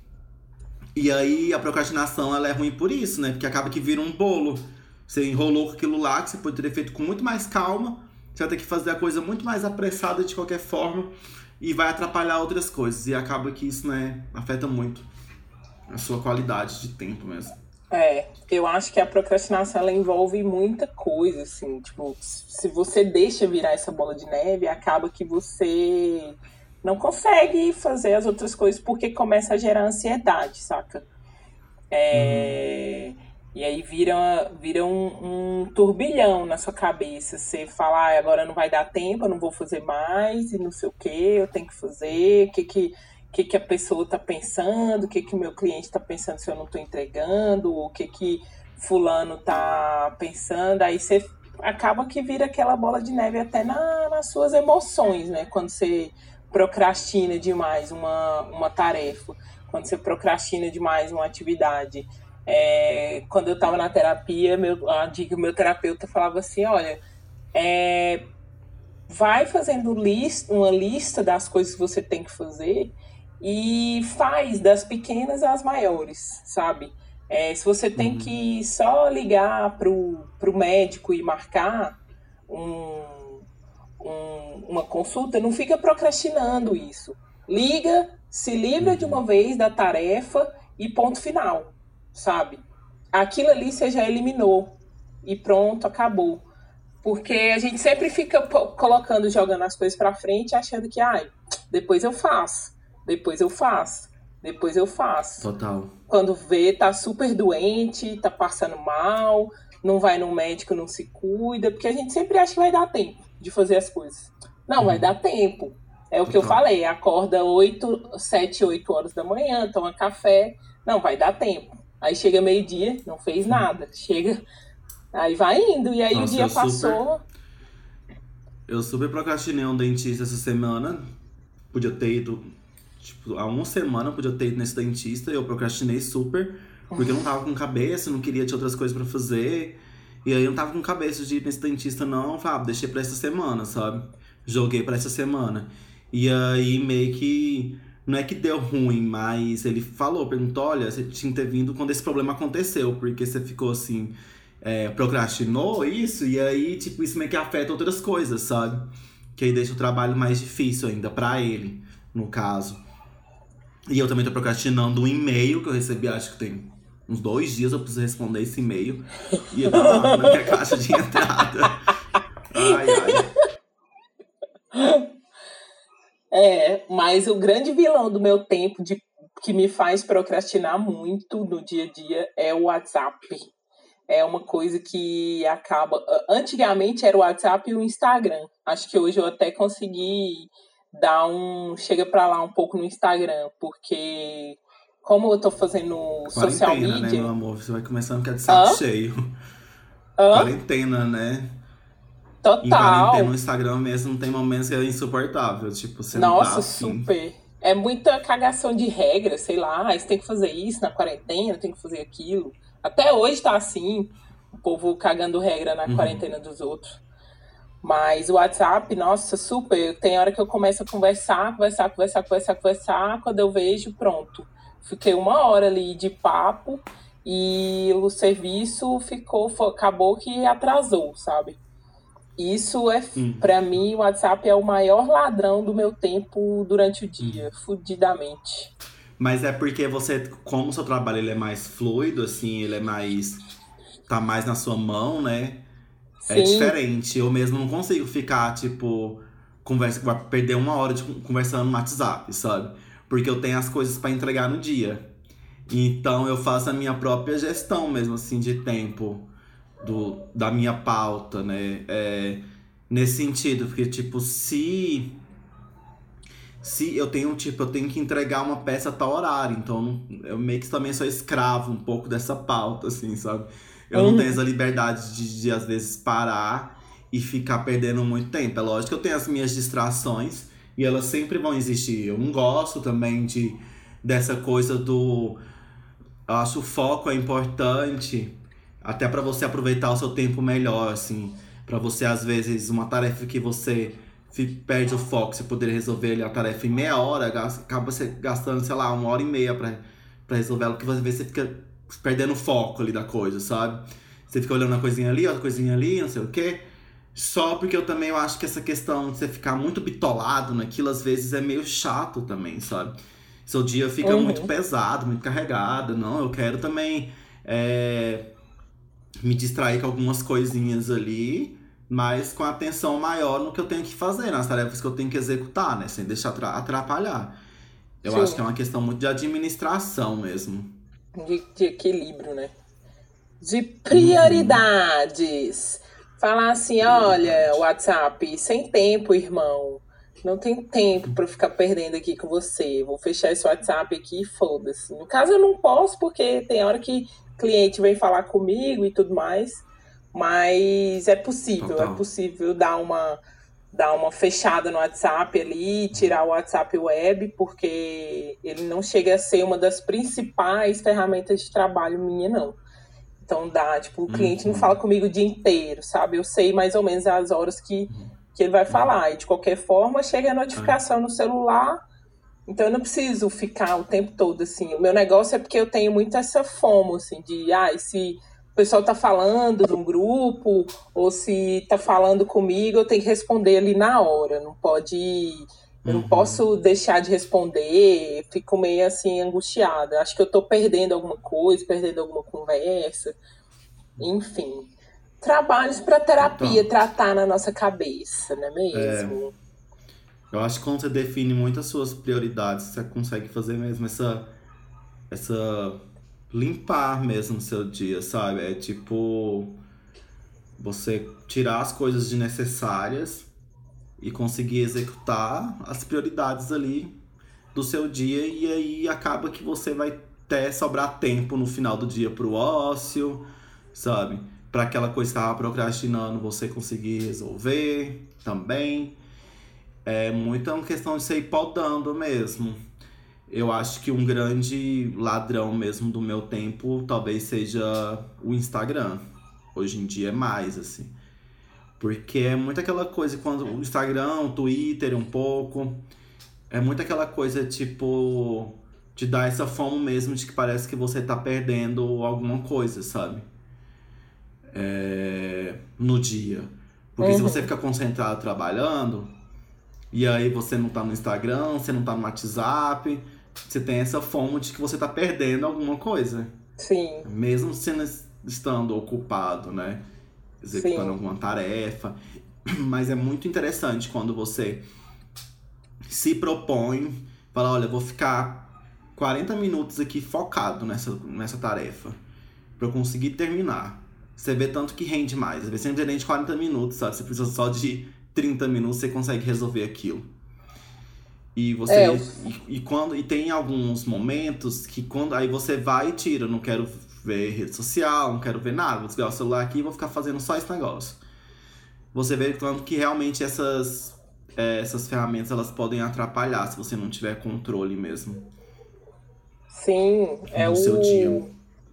Speaker 1: E aí a procrastinação, ela é ruim por isso, né? Porque acaba que vira um bolo. Você enrolou com aquilo lá, que você poderia ter feito com muito mais calma. Você vai ter que fazer a coisa muito mais apressada de qualquer forma. E vai atrapalhar outras coisas. E acaba que isso, né, afeta muito a sua qualidade de tempo mesmo.
Speaker 2: É, eu acho que a procrastinação, ela envolve muita coisa, assim. Tipo, se você deixa virar essa bola de neve, acaba que você não consegue fazer as outras coisas porque começa a gerar ansiedade, saca? É... Hum. E aí vira, vira um, um turbilhão na sua cabeça. Você fala, ah, agora não vai dar tempo, eu não vou fazer mais, e não sei o que, eu tenho que fazer, o que, que, que, que a pessoa tá pensando, o que, que o meu cliente tá pensando se eu não tô entregando, o que, que fulano tá pensando. Aí você acaba que vira aquela bola de neve até na, nas suas emoções, né? Quando você procrastina demais uma, uma tarefa, quando você procrastina demais uma atividade. É, quando eu estava na terapia, meu, a dica, meu terapeuta falava assim, olha, é, vai fazendo list, uma lista das coisas que você tem que fazer e faz das pequenas às maiores, sabe? É, se você tem que só ligar pro, pro médico e marcar um, um, uma consulta, não fica procrastinando isso. Liga, se livra de uma vez da tarefa e ponto final. Sabe? Aquilo ali você já eliminou e pronto, acabou. Porque a gente sempre fica colocando, jogando as coisas pra frente, achando que, ai, depois eu faço, depois eu faço, depois eu faço.
Speaker 1: Total.
Speaker 2: Quando vê, tá super doente, tá passando mal, não vai no médico, não se cuida, porque a gente sempre acha que vai dar tempo de fazer as coisas. Não, hum. vai dar tempo. É o Total. Que eu falei, acorda oito, sete, oito horas da manhã, toma café, não, vai dar tempo. Aí chega meio-dia, não fez nada. Chega, aí vai indo. E aí Nossa, o dia eu passou.
Speaker 1: Super, eu super procrastinei um dentista essa semana. Podia ter ido, tipo, há uma semana eu podia ter ido nesse dentista. Eu procrastinei super, porque eu não tava com cabeça, não queria ter outras coisas pra fazer. E aí eu não tava com cabeça de ir nesse dentista, não. Eu falei, ah, deixei pra essa semana, sabe? Joguei pra essa semana. E aí meio que não é que deu ruim, mas ele falou, perguntou, olha, você tinha que ter vindo quando esse problema aconteceu, porque você ficou assim, é, procrastinou isso, e aí, tipo, isso meio que afeta outras coisas, sabe? Que aí deixa o trabalho mais difícil ainda pra ele, no caso. E eu também tô procrastinando um e-mail que eu recebi, acho que tem uns dois dias eu preciso responder esse e-mail. E ele tá lá na minha caixa de entrada. Ai,
Speaker 2: ai. É, mas o grande vilão do meu tempo, de, que me faz procrastinar muito no dia a dia, é o WhatsApp. É uma coisa que acaba... Antigamente era o WhatsApp e o Instagram. Acho que hoje eu até consegui dar um... Chega pra lá um pouco no Instagram, porque como eu tô fazendo social media...
Speaker 1: Quarentena, né, meu amor? Você vai começando a ficar de saco Hã? cheio.
Speaker 2: Hã?
Speaker 1: Quarentena, né?
Speaker 2: Total.
Speaker 1: Em quarentena, no Instagram mesmo, tem momentos que é insuportável. Tipo, você
Speaker 2: Nossa,
Speaker 1: não tá assim.
Speaker 2: super. É muita cagação de regra, sei lá. Você tem que fazer isso na quarentena, tem que fazer aquilo. Até hoje tá assim, o povo cagando regra na uhum. quarentena dos outros. Mas o WhatsApp, nossa, super. Tem hora que eu começo a conversar, conversar, conversar, conversar, conversar. Quando eu vejo, pronto. Fiquei uma hora ali de papo e o serviço ficou, acabou que atrasou, sabe? Isso é, hum. pra mim, o WhatsApp é o maior ladrão do meu tempo durante o dia, hum. fudidamente.
Speaker 1: Mas é porque você, como o seu trabalho ele é mais fluido, assim, ele é mais... Tá mais na sua mão, né? Sim. É diferente. Eu mesmo não consigo ficar, tipo... Conversa, perder uma hora de, conversando no WhatsApp, sabe? Porque eu tenho as coisas pra entregar no dia. Então eu faço a minha própria gestão mesmo, assim, de tempo. Do, da minha pauta, né? É, nesse sentido, porque, tipo, se... Se eu tenho, tipo, eu tenho que entregar uma peça a tal horário. Então, eu meio que também sou escravo um pouco dessa pauta, assim, sabe? Eu uhum. não tenho essa liberdade de, de, às vezes, parar e ficar perdendo muito tempo. É lógico que eu tenho as minhas distrações e elas sempre vão existir. Eu não gosto também de, dessa coisa do... Eu acho que o foco é importante... Até pra você aproveitar o seu tempo melhor, assim. Pra você, às vezes, uma tarefa que você perde o foco, você poderia resolver ali a tarefa em meia hora, acaba você gastando, sei lá, uma hora e meia pra, pra resolver ela, porque às vezes você fica perdendo o foco ali da coisa, sabe? Você fica olhando uma coisinha ali, outra coisinha ali, não sei o quê. Só porque eu também eu acho que essa questão de você ficar muito bitolado naquilo, às vezes, é meio chato também, sabe? Seu dia fica uhum. muito pesado, muito carregado. Não, eu quero também... É... me distrair com algumas coisinhas ali, mas com atenção maior no que eu tenho que fazer, nas tarefas que eu tenho que executar, né? Sem deixar atrapalhar. Eu Sim. acho que é uma questão muito de administração mesmo.
Speaker 2: De, de equilíbrio, né? De prioridades. Uhum. Falar assim, olha, WhatsApp, sem tempo, irmão. Não tem tempo pra eu ficar perdendo aqui com você. Vou fechar esse WhatsApp aqui e foda-se. No caso, eu não posso, porque tem hora que cliente vem falar comigo e tudo mais, mas é possível, Total. é possível dar uma, dar uma fechada no WhatsApp ali, tirar o WhatsApp web, porque ele não chega a ser uma das principais ferramentas de trabalho minha, não. Então dá, tipo, o cliente uhum. não fala comigo o dia inteiro, sabe? Eu sei mais ou menos as horas que, que ele vai falar, e de qualquer forma chega a notificação uhum. no celular. Então eu não preciso ficar o tempo todo, assim. O meu negócio é porque eu tenho muito essa fomo, assim, de... Ah, se o pessoal tá falando de um grupo, ou se tá falando comigo, eu tenho que responder ali na hora. Não pode... Eu não uhum. posso deixar de responder. Fico meio, assim, angustiada. Acho que eu tô perdendo alguma coisa, perdendo alguma conversa. Enfim. Trabalhos pra terapia, então, tratar na nossa cabeça, não é mesmo?
Speaker 1: É... Eu acho que quando você define muito as suas prioridades, você consegue fazer mesmo essa... essa limpar mesmo o seu dia, sabe? É tipo... você tirar as coisas desnecessárias e conseguir executar as prioridades ali do seu dia. E aí acaba que você vai até sobrar tempo no final do dia pro ócio, sabe? Pra aquela coisa que você tava procrastinando, você conseguir resolver também. É muito uma questão de você ir podando mesmo. Eu acho que um grande ladrão mesmo do meu tempo talvez seja o Instagram. Hoje em dia é mais, assim. Porque é muito aquela coisa, quando o Instagram, o Twitter um pouco, É muito aquela coisa, tipo, de dar essa fome mesmo de que parece que você tá perdendo alguma coisa, sabe? É, no dia. Porque uhum. se você fica concentrado trabalhando, e aí você não tá no Instagram, você não tá no WhatsApp, você tem essa fome de que você tá perdendo alguma coisa.
Speaker 2: Sim.
Speaker 1: Mesmo sendo, estando ocupado, né? Executando
Speaker 2: Sim.
Speaker 1: alguma tarefa. Mas é muito interessante quando você se propõe, fala, olha, vou ficar quarenta minutos aqui focado nessa, nessa tarefa, pra eu conseguir terminar. Você vê tanto que rende mais. Às vezes você não rende quarenta minutos, sabe? Você precisa só de trinta minutos, você consegue resolver aquilo. E você.
Speaker 2: É, eu...
Speaker 1: e, e, quando, e tem alguns momentos que quando aí você vai e tira, não quero ver rede social, não quero ver nada, vou desligar o celular aqui e vou ficar fazendo só esse negócio. Você vê tanto que realmente essas, é, essas ferramentas elas podem atrapalhar se você não tiver controle mesmo.
Speaker 2: Sim, é
Speaker 1: no
Speaker 2: o...
Speaker 1: seu dia.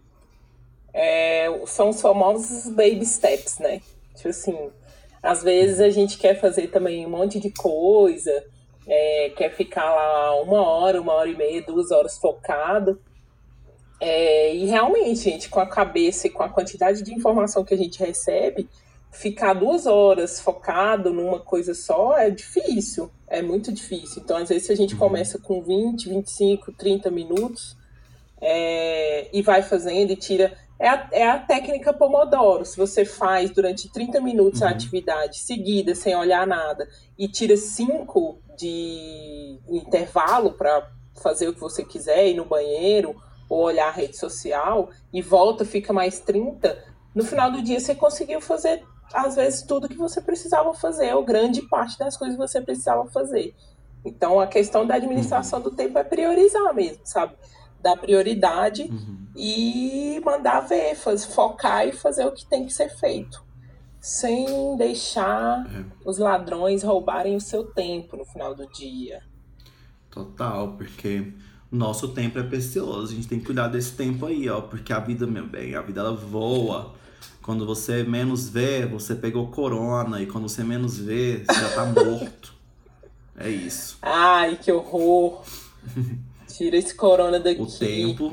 Speaker 2: É, são os famosos baby steps, né? Tipo assim, às vezes a gente quer fazer também um monte de coisa, é, quer ficar lá uma hora, uma hora e meia, duas horas focado. É, e realmente, gente, com a cabeça e com a quantidade de informação que a gente recebe, ficar duas horas focado numa coisa só é difícil, é muito difícil. Então, às vezes, se a gente começa com vinte, vinte e cinco, trinta minutos é, e vai fazendo e tira... É a, é a técnica Pomodoro. Se você faz durante trinta minutos
Speaker 1: uhum.
Speaker 2: a atividade seguida, sem olhar nada, e tira cinco de intervalo para fazer o que você quiser, ir no banheiro ou olhar a rede social, e volta, fica mais trinta, no final do dia você conseguiu fazer, às vezes, tudo que você precisava fazer, ou grande parte das coisas que você precisava fazer. Então, a questão da administração uhum. do tempo é priorizar mesmo, sabe? Dar prioridade uhum. e mandar ver, faz, focar e fazer o que tem que ser feito. Sem deixar é. os ladrões roubarem o seu tempo no final do dia.
Speaker 1: Total, porque o nosso tempo é precioso. A gente tem que cuidar desse tempo aí, ó. Porque a vida, meu bem, a vida ela voa. Quando você menos vê, você pegou corona. E quando você menos vê, você já tá morto. É isso.
Speaker 2: Ai, que horror. Tira esse corona daqui.
Speaker 1: O tempo...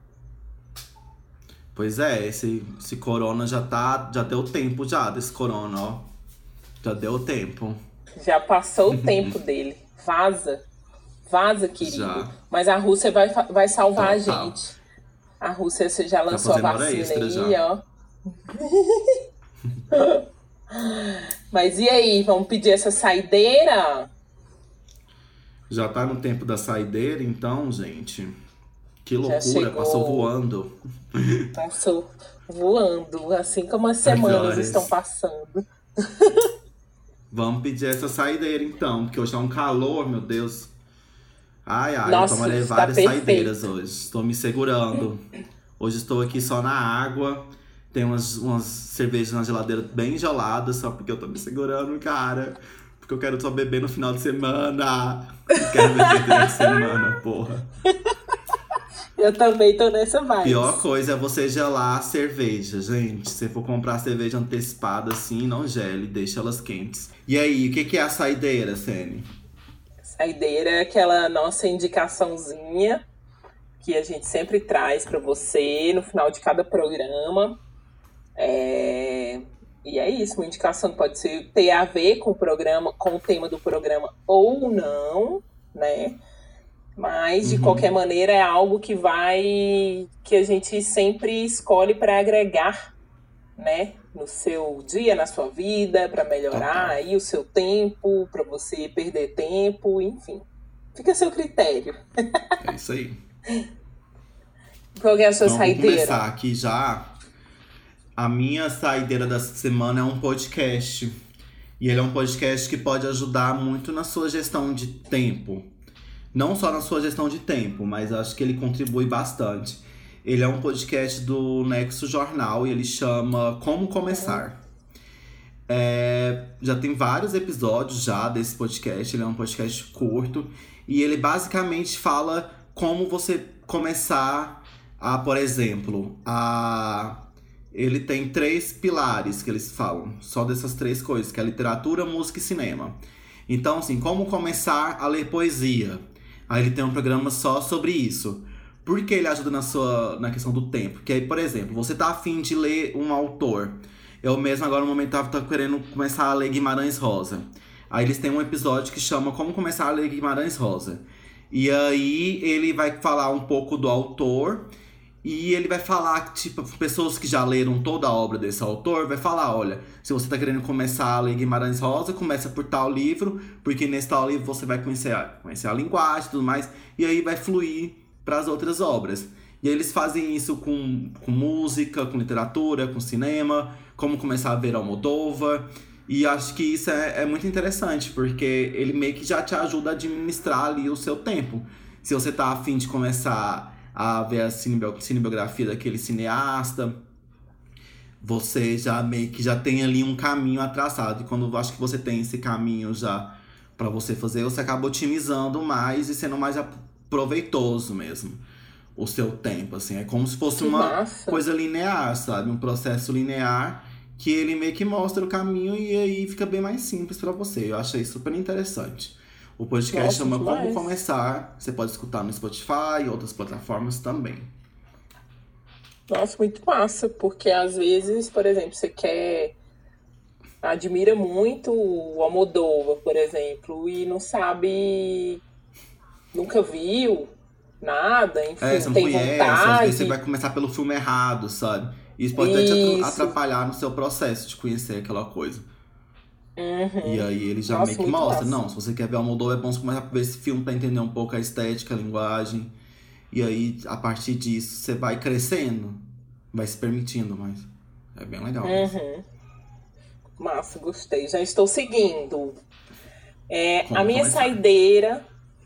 Speaker 1: Pois é, esse, esse corona já tá... Já deu tempo já desse corona, ó. Já deu tempo.
Speaker 2: Já passou o tempo dele. Vaza. Vaza, querido. Já. Mas a Rússia vai, vai salvar tá, a gente. Tá. A Rússia você já lançou tá a vacina aí, já. Ó. Mas e aí, vamos pedir essa saideira?
Speaker 1: Já tá no tempo da saideira, então, gente. Que loucura, passou voando.
Speaker 2: Passou voando, assim como as semanas estão passando.
Speaker 1: Vamos pedir essa saideira, então, porque hoje tá um calor, meu Deus. Ai, ai,
Speaker 2: Nossa,
Speaker 1: eu tomarei várias tá saideiras hoje. Estou me segurando. Hoje estou aqui só na água. Tem umas, umas cervejas na geladeira bem geladas, só porque eu tô me segurando, cara. Porque eu quero só beber no final de semana. Eu quero beber durante a semana, porra.
Speaker 2: Eu também tô nessa vibe.
Speaker 1: Pior coisa é você gelar a cerveja, gente. Se for comprar cerveja antecipada assim, não gele, deixa elas quentes. E aí, o que, que é a saideira, Sene?
Speaker 2: Saideira é aquela nossa indicaçãozinha que a gente sempre traz pra você no final de cada programa. É... E é isso, uma indicação pode ser, ter a ver com o programa, com o tema do programa ou não, né? Mas, de uhum. qualquer maneira, é algo que vai... que a gente sempre escolhe para agregar, né? No seu dia, na sua vida, para melhorar aí o seu tempo, para você perder tempo, enfim. Fica a seu critério.
Speaker 1: É isso aí.
Speaker 2: Qual é a sua
Speaker 1: então,
Speaker 2: saideira?
Speaker 1: Vamos começar aqui já. A minha saideira dessa semana é um podcast. E ele é um podcast que pode ajudar muito na sua gestão de tempo. Não só na sua gestão de tempo, mas acho que ele contribui bastante. Ele é um podcast do Nexo Jornal e ele chama Como Começar. É, já tem vários episódios já desse podcast, ele é um podcast curto. E ele basicamente fala como você começar a, por exemplo, a... Ele tem três pilares que eles falam, só dessas três coisas, que é literatura, música e cinema. Então, assim, como começar a ler poesia? Aí ele tem um programa só sobre isso. Por que ele ajuda na, sua, na questão do tempo? Porque aí, por exemplo, você tá afim de ler um autor. Eu mesmo agora no momento tava, tava querendo começar a ler Guimarães Rosa. Aí eles têm um episódio que chama Como Começar a Ler Guimarães Rosa. E aí ele vai falar um pouco do autor. E ele vai falar, tipo, pessoas que já leram toda a obra desse autor, vai falar, olha, se você tá querendo começar a ler Guimarães Rosa, começa por tal livro, porque nesse tal livro você vai conhecer a, conhecer a linguagem e tudo mais, e aí vai fluir para as outras obras. E aí eles fazem isso com, com música, com literatura, com cinema, como começar a ver Almodóvar. E acho que isso é, é muito interessante, porque ele meio que já te ajuda a administrar ali o seu tempo. Se você tá afim de começar a ver a cinebiografia daquele cineasta, você já meio que já tem ali um caminho traçado. E quando eu acho que você tem esse caminho já para você fazer, você acaba otimizando mais e sendo mais proveitoso mesmo o seu tempo, assim. É como se fosse
Speaker 2: Que
Speaker 1: uma
Speaker 2: massa.
Speaker 1: coisa linear, sabe? Um processo linear que ele meio que mostra o caminho e aí fica bem mais simples para você. Eu achei super interessante. O podcast
Speaker 2: Nossa,
Speaker 1: chama
Speaker 2: demais.
Speaker 1: Como Começar. Você pode escutar no Spotify e outras plataformas também.
Speaker 2: Nossa, muito massa, porque às vezes, por exemplo, você quer... Admira muito o Almodóvar, por exemplo, e não sabe... Nunca viu nada, enfim,
Speaker 1: É, você não
Speaker 2: tem
Speaker 1: conhece, às
Speaker 2: vontade.
Speaker 1: vezes você vai começar pelo filme errado, sabe? Isso pode até te
Speaker 2: Isso.
Speaker 1: atrapalhar no seu processo de conhecer aquela coisa.
Speaker 2: Uhum.
Speaker 1: E aí ele já
Speaker 2: Nossa,
Speaker 1: meio que
Speaker 2: muito
Speaker 1: mostra,
Speaker 2: massa.
Speaker 1: não, se você quer ver Almodóvar, é bom você começar a ver esse filme pra entender um pouco a estética, a linguagem. E aí, a partir disso, você vai crescendo, vai se permitindo mais. É bem legal. isso.
Speaker 2: Uhum. Massa, gostei. Já estou seguindo. É,
Speaker 1: Como
Speaker 2: a minha
Speaker 1: começar?
Speaker 2: saideira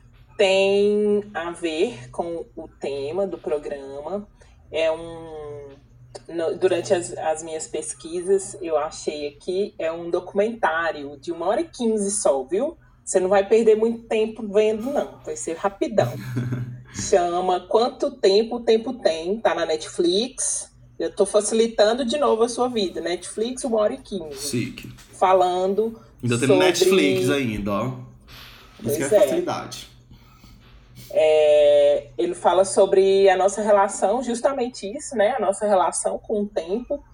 Speaker 2: tem a ver com o tema do programa. É um... no- durante as, as minhas pesquisas, eu achei aqui, é um documentário de uma hora e quinze só, viu? Você não vai perder muito tempo vendo, não. Vai ser rapidão. Chama Quanto Tempo o Tempo Tem, tá na Netflix. Eu tô facilitando de novo a sua vida. Netflix, uma hora e quinze.
Speaker 1: Chique.
Speaker 2: Falando
Speaker 1: Ainda tem
Speaker 2: sobre...
Speaker 1: Netflix ainda, ó. Isso que é
Speaker 2: Pois é.
Speaker 1: facilidade.
Speaker 2: É, ele fala sobre a nossa relação, justamente isso, né? A nossa relação com o tempo.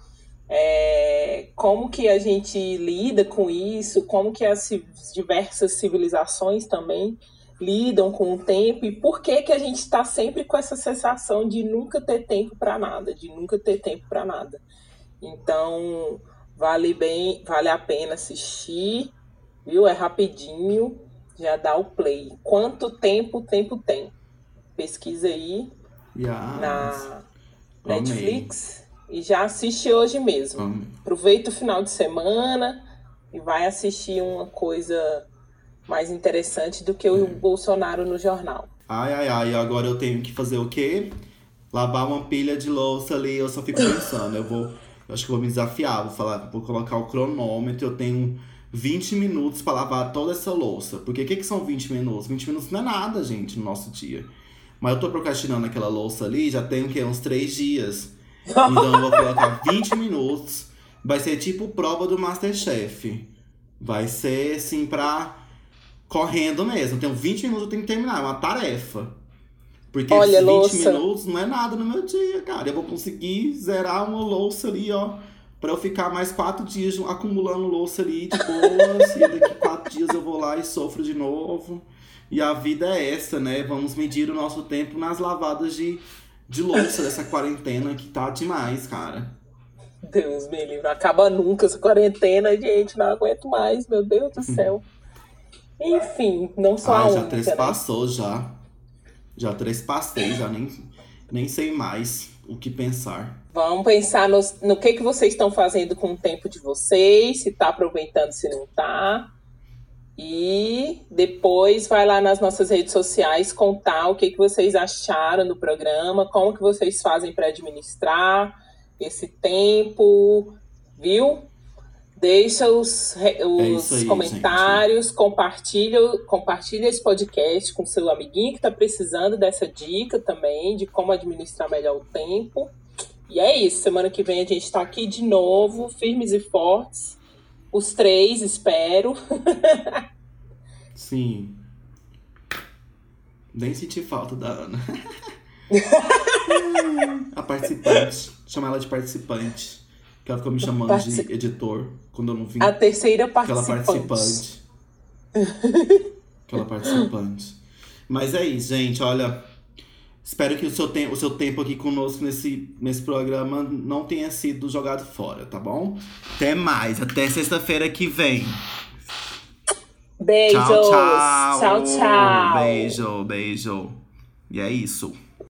Speaker 2: É, como que a gente lida com isso, como que as ci- diversas civilizações também lidam com o tempo e por que que a gente está sempre com essa sensação de nunca ter tempo para nada, de nunca ter tempo para nada. Então, vale bem, vale a pena assistir, viu? É rapidinho, já dá o play. Quanto tempo o tempo tem? Pesquisa aí
Speaker 1: Yes.
Speaker 2: na
Speaker 1: Amei.
Speaker 2: Netflix e já assiste hoje mesmo.
Speaker 1: Amei.
Speaker 2: Aproveita o final de semana e vai assistir uma coisa mais interessante do que o Bolsonaro no jornal.
Speaker 1: Ai, ai, ai, agora eu tenho que fazer o quê? Lavar uma pilha de louça ali, eu só fico pensando, eu vou, eu acho que eu vou me desafiar, vou falar, vou colocar o cronômetro, eu tenho vinte minutos pra lavar toda essa louça. Porque o que que são vinte minutos? vinte minutos não é nada, gente, no nosso dia. Mas eu tô procrastinando aquela louça ali, já tem o quê? Uns três dias. Então eu vou colocar vinte minutos, vai ser tipo prova do Masterchef. Vai ser, assim, pra... correndo mesmo. Eu tenho vinte minutos, eu tenho que terminar. É uma tarefa. Porque
Speaker 2: Olha,
Speaker 1: esses vinte
Speaker 2: louça.
Speaker 1: minutos não é nada no meu dia, cara. Eu vou conseguir zerar uma louça ali, ó. Pra eu ficar mais quatro dias acumulando louça ali, de boas. E daqui quatro dias eu vou lá e sofro de novo. E a vida é essa, né? Vamos medir o nosso tempo nas lavadas de, de louça dessa quarentena que tá demais, cara.
Speaker 2: Deus me livre, não acaba nunca essa quarentena, gente, não aguento mais, meu Deus do céu. Enfim, não só a
Speaker 1: Ai, já
Speaker 2: única, né?
Speaker 1: trespassou, já. Já trespassei, já nem, nem sei mais o que pensar.
Speaker 2: Vamos pensar no, no que, que vocês estão fazendo com o tempo de vocês, se tá aproveitando, se não tá. E depois vai lá nas nossas redes sociais contar o que, que vocês acharam do programa, como que vocês fazem para administrar esse tempo, viu? Deixa os, re- os
Speaker 1: isso aí,
Speaker 2: comentários, compartilha, compartilha esse podcast com seu amiguinho que está precisando dessa dica também, de como administrar melhor o tempo. E é isso, semana que vem a gente está aqui de novo, firmes e fortes, os três, espero.
Speaker 1: Sim. Nem senti falta da Ana. A participante. Chama ela de participante. Que ela ficou me chamando Partici... de editor quando eu não vim.
Speaker 2: A terceira participante.
Speaker 1: Aquela participante. Aquela participante. Mas é isso, gente. Olha, espero que o seu, te- o seu tempo aqui conosco nesse, nesse programa não tenha sido jogado fora, tá bom? Até mais. Até sexta-feira que vem.
Speaker 2: Beijos.
Speaker 1: Tchau, tchau.
Speaker 2: Tchau, tchau.
Speaker 1: Beijo, beijo. E é isso.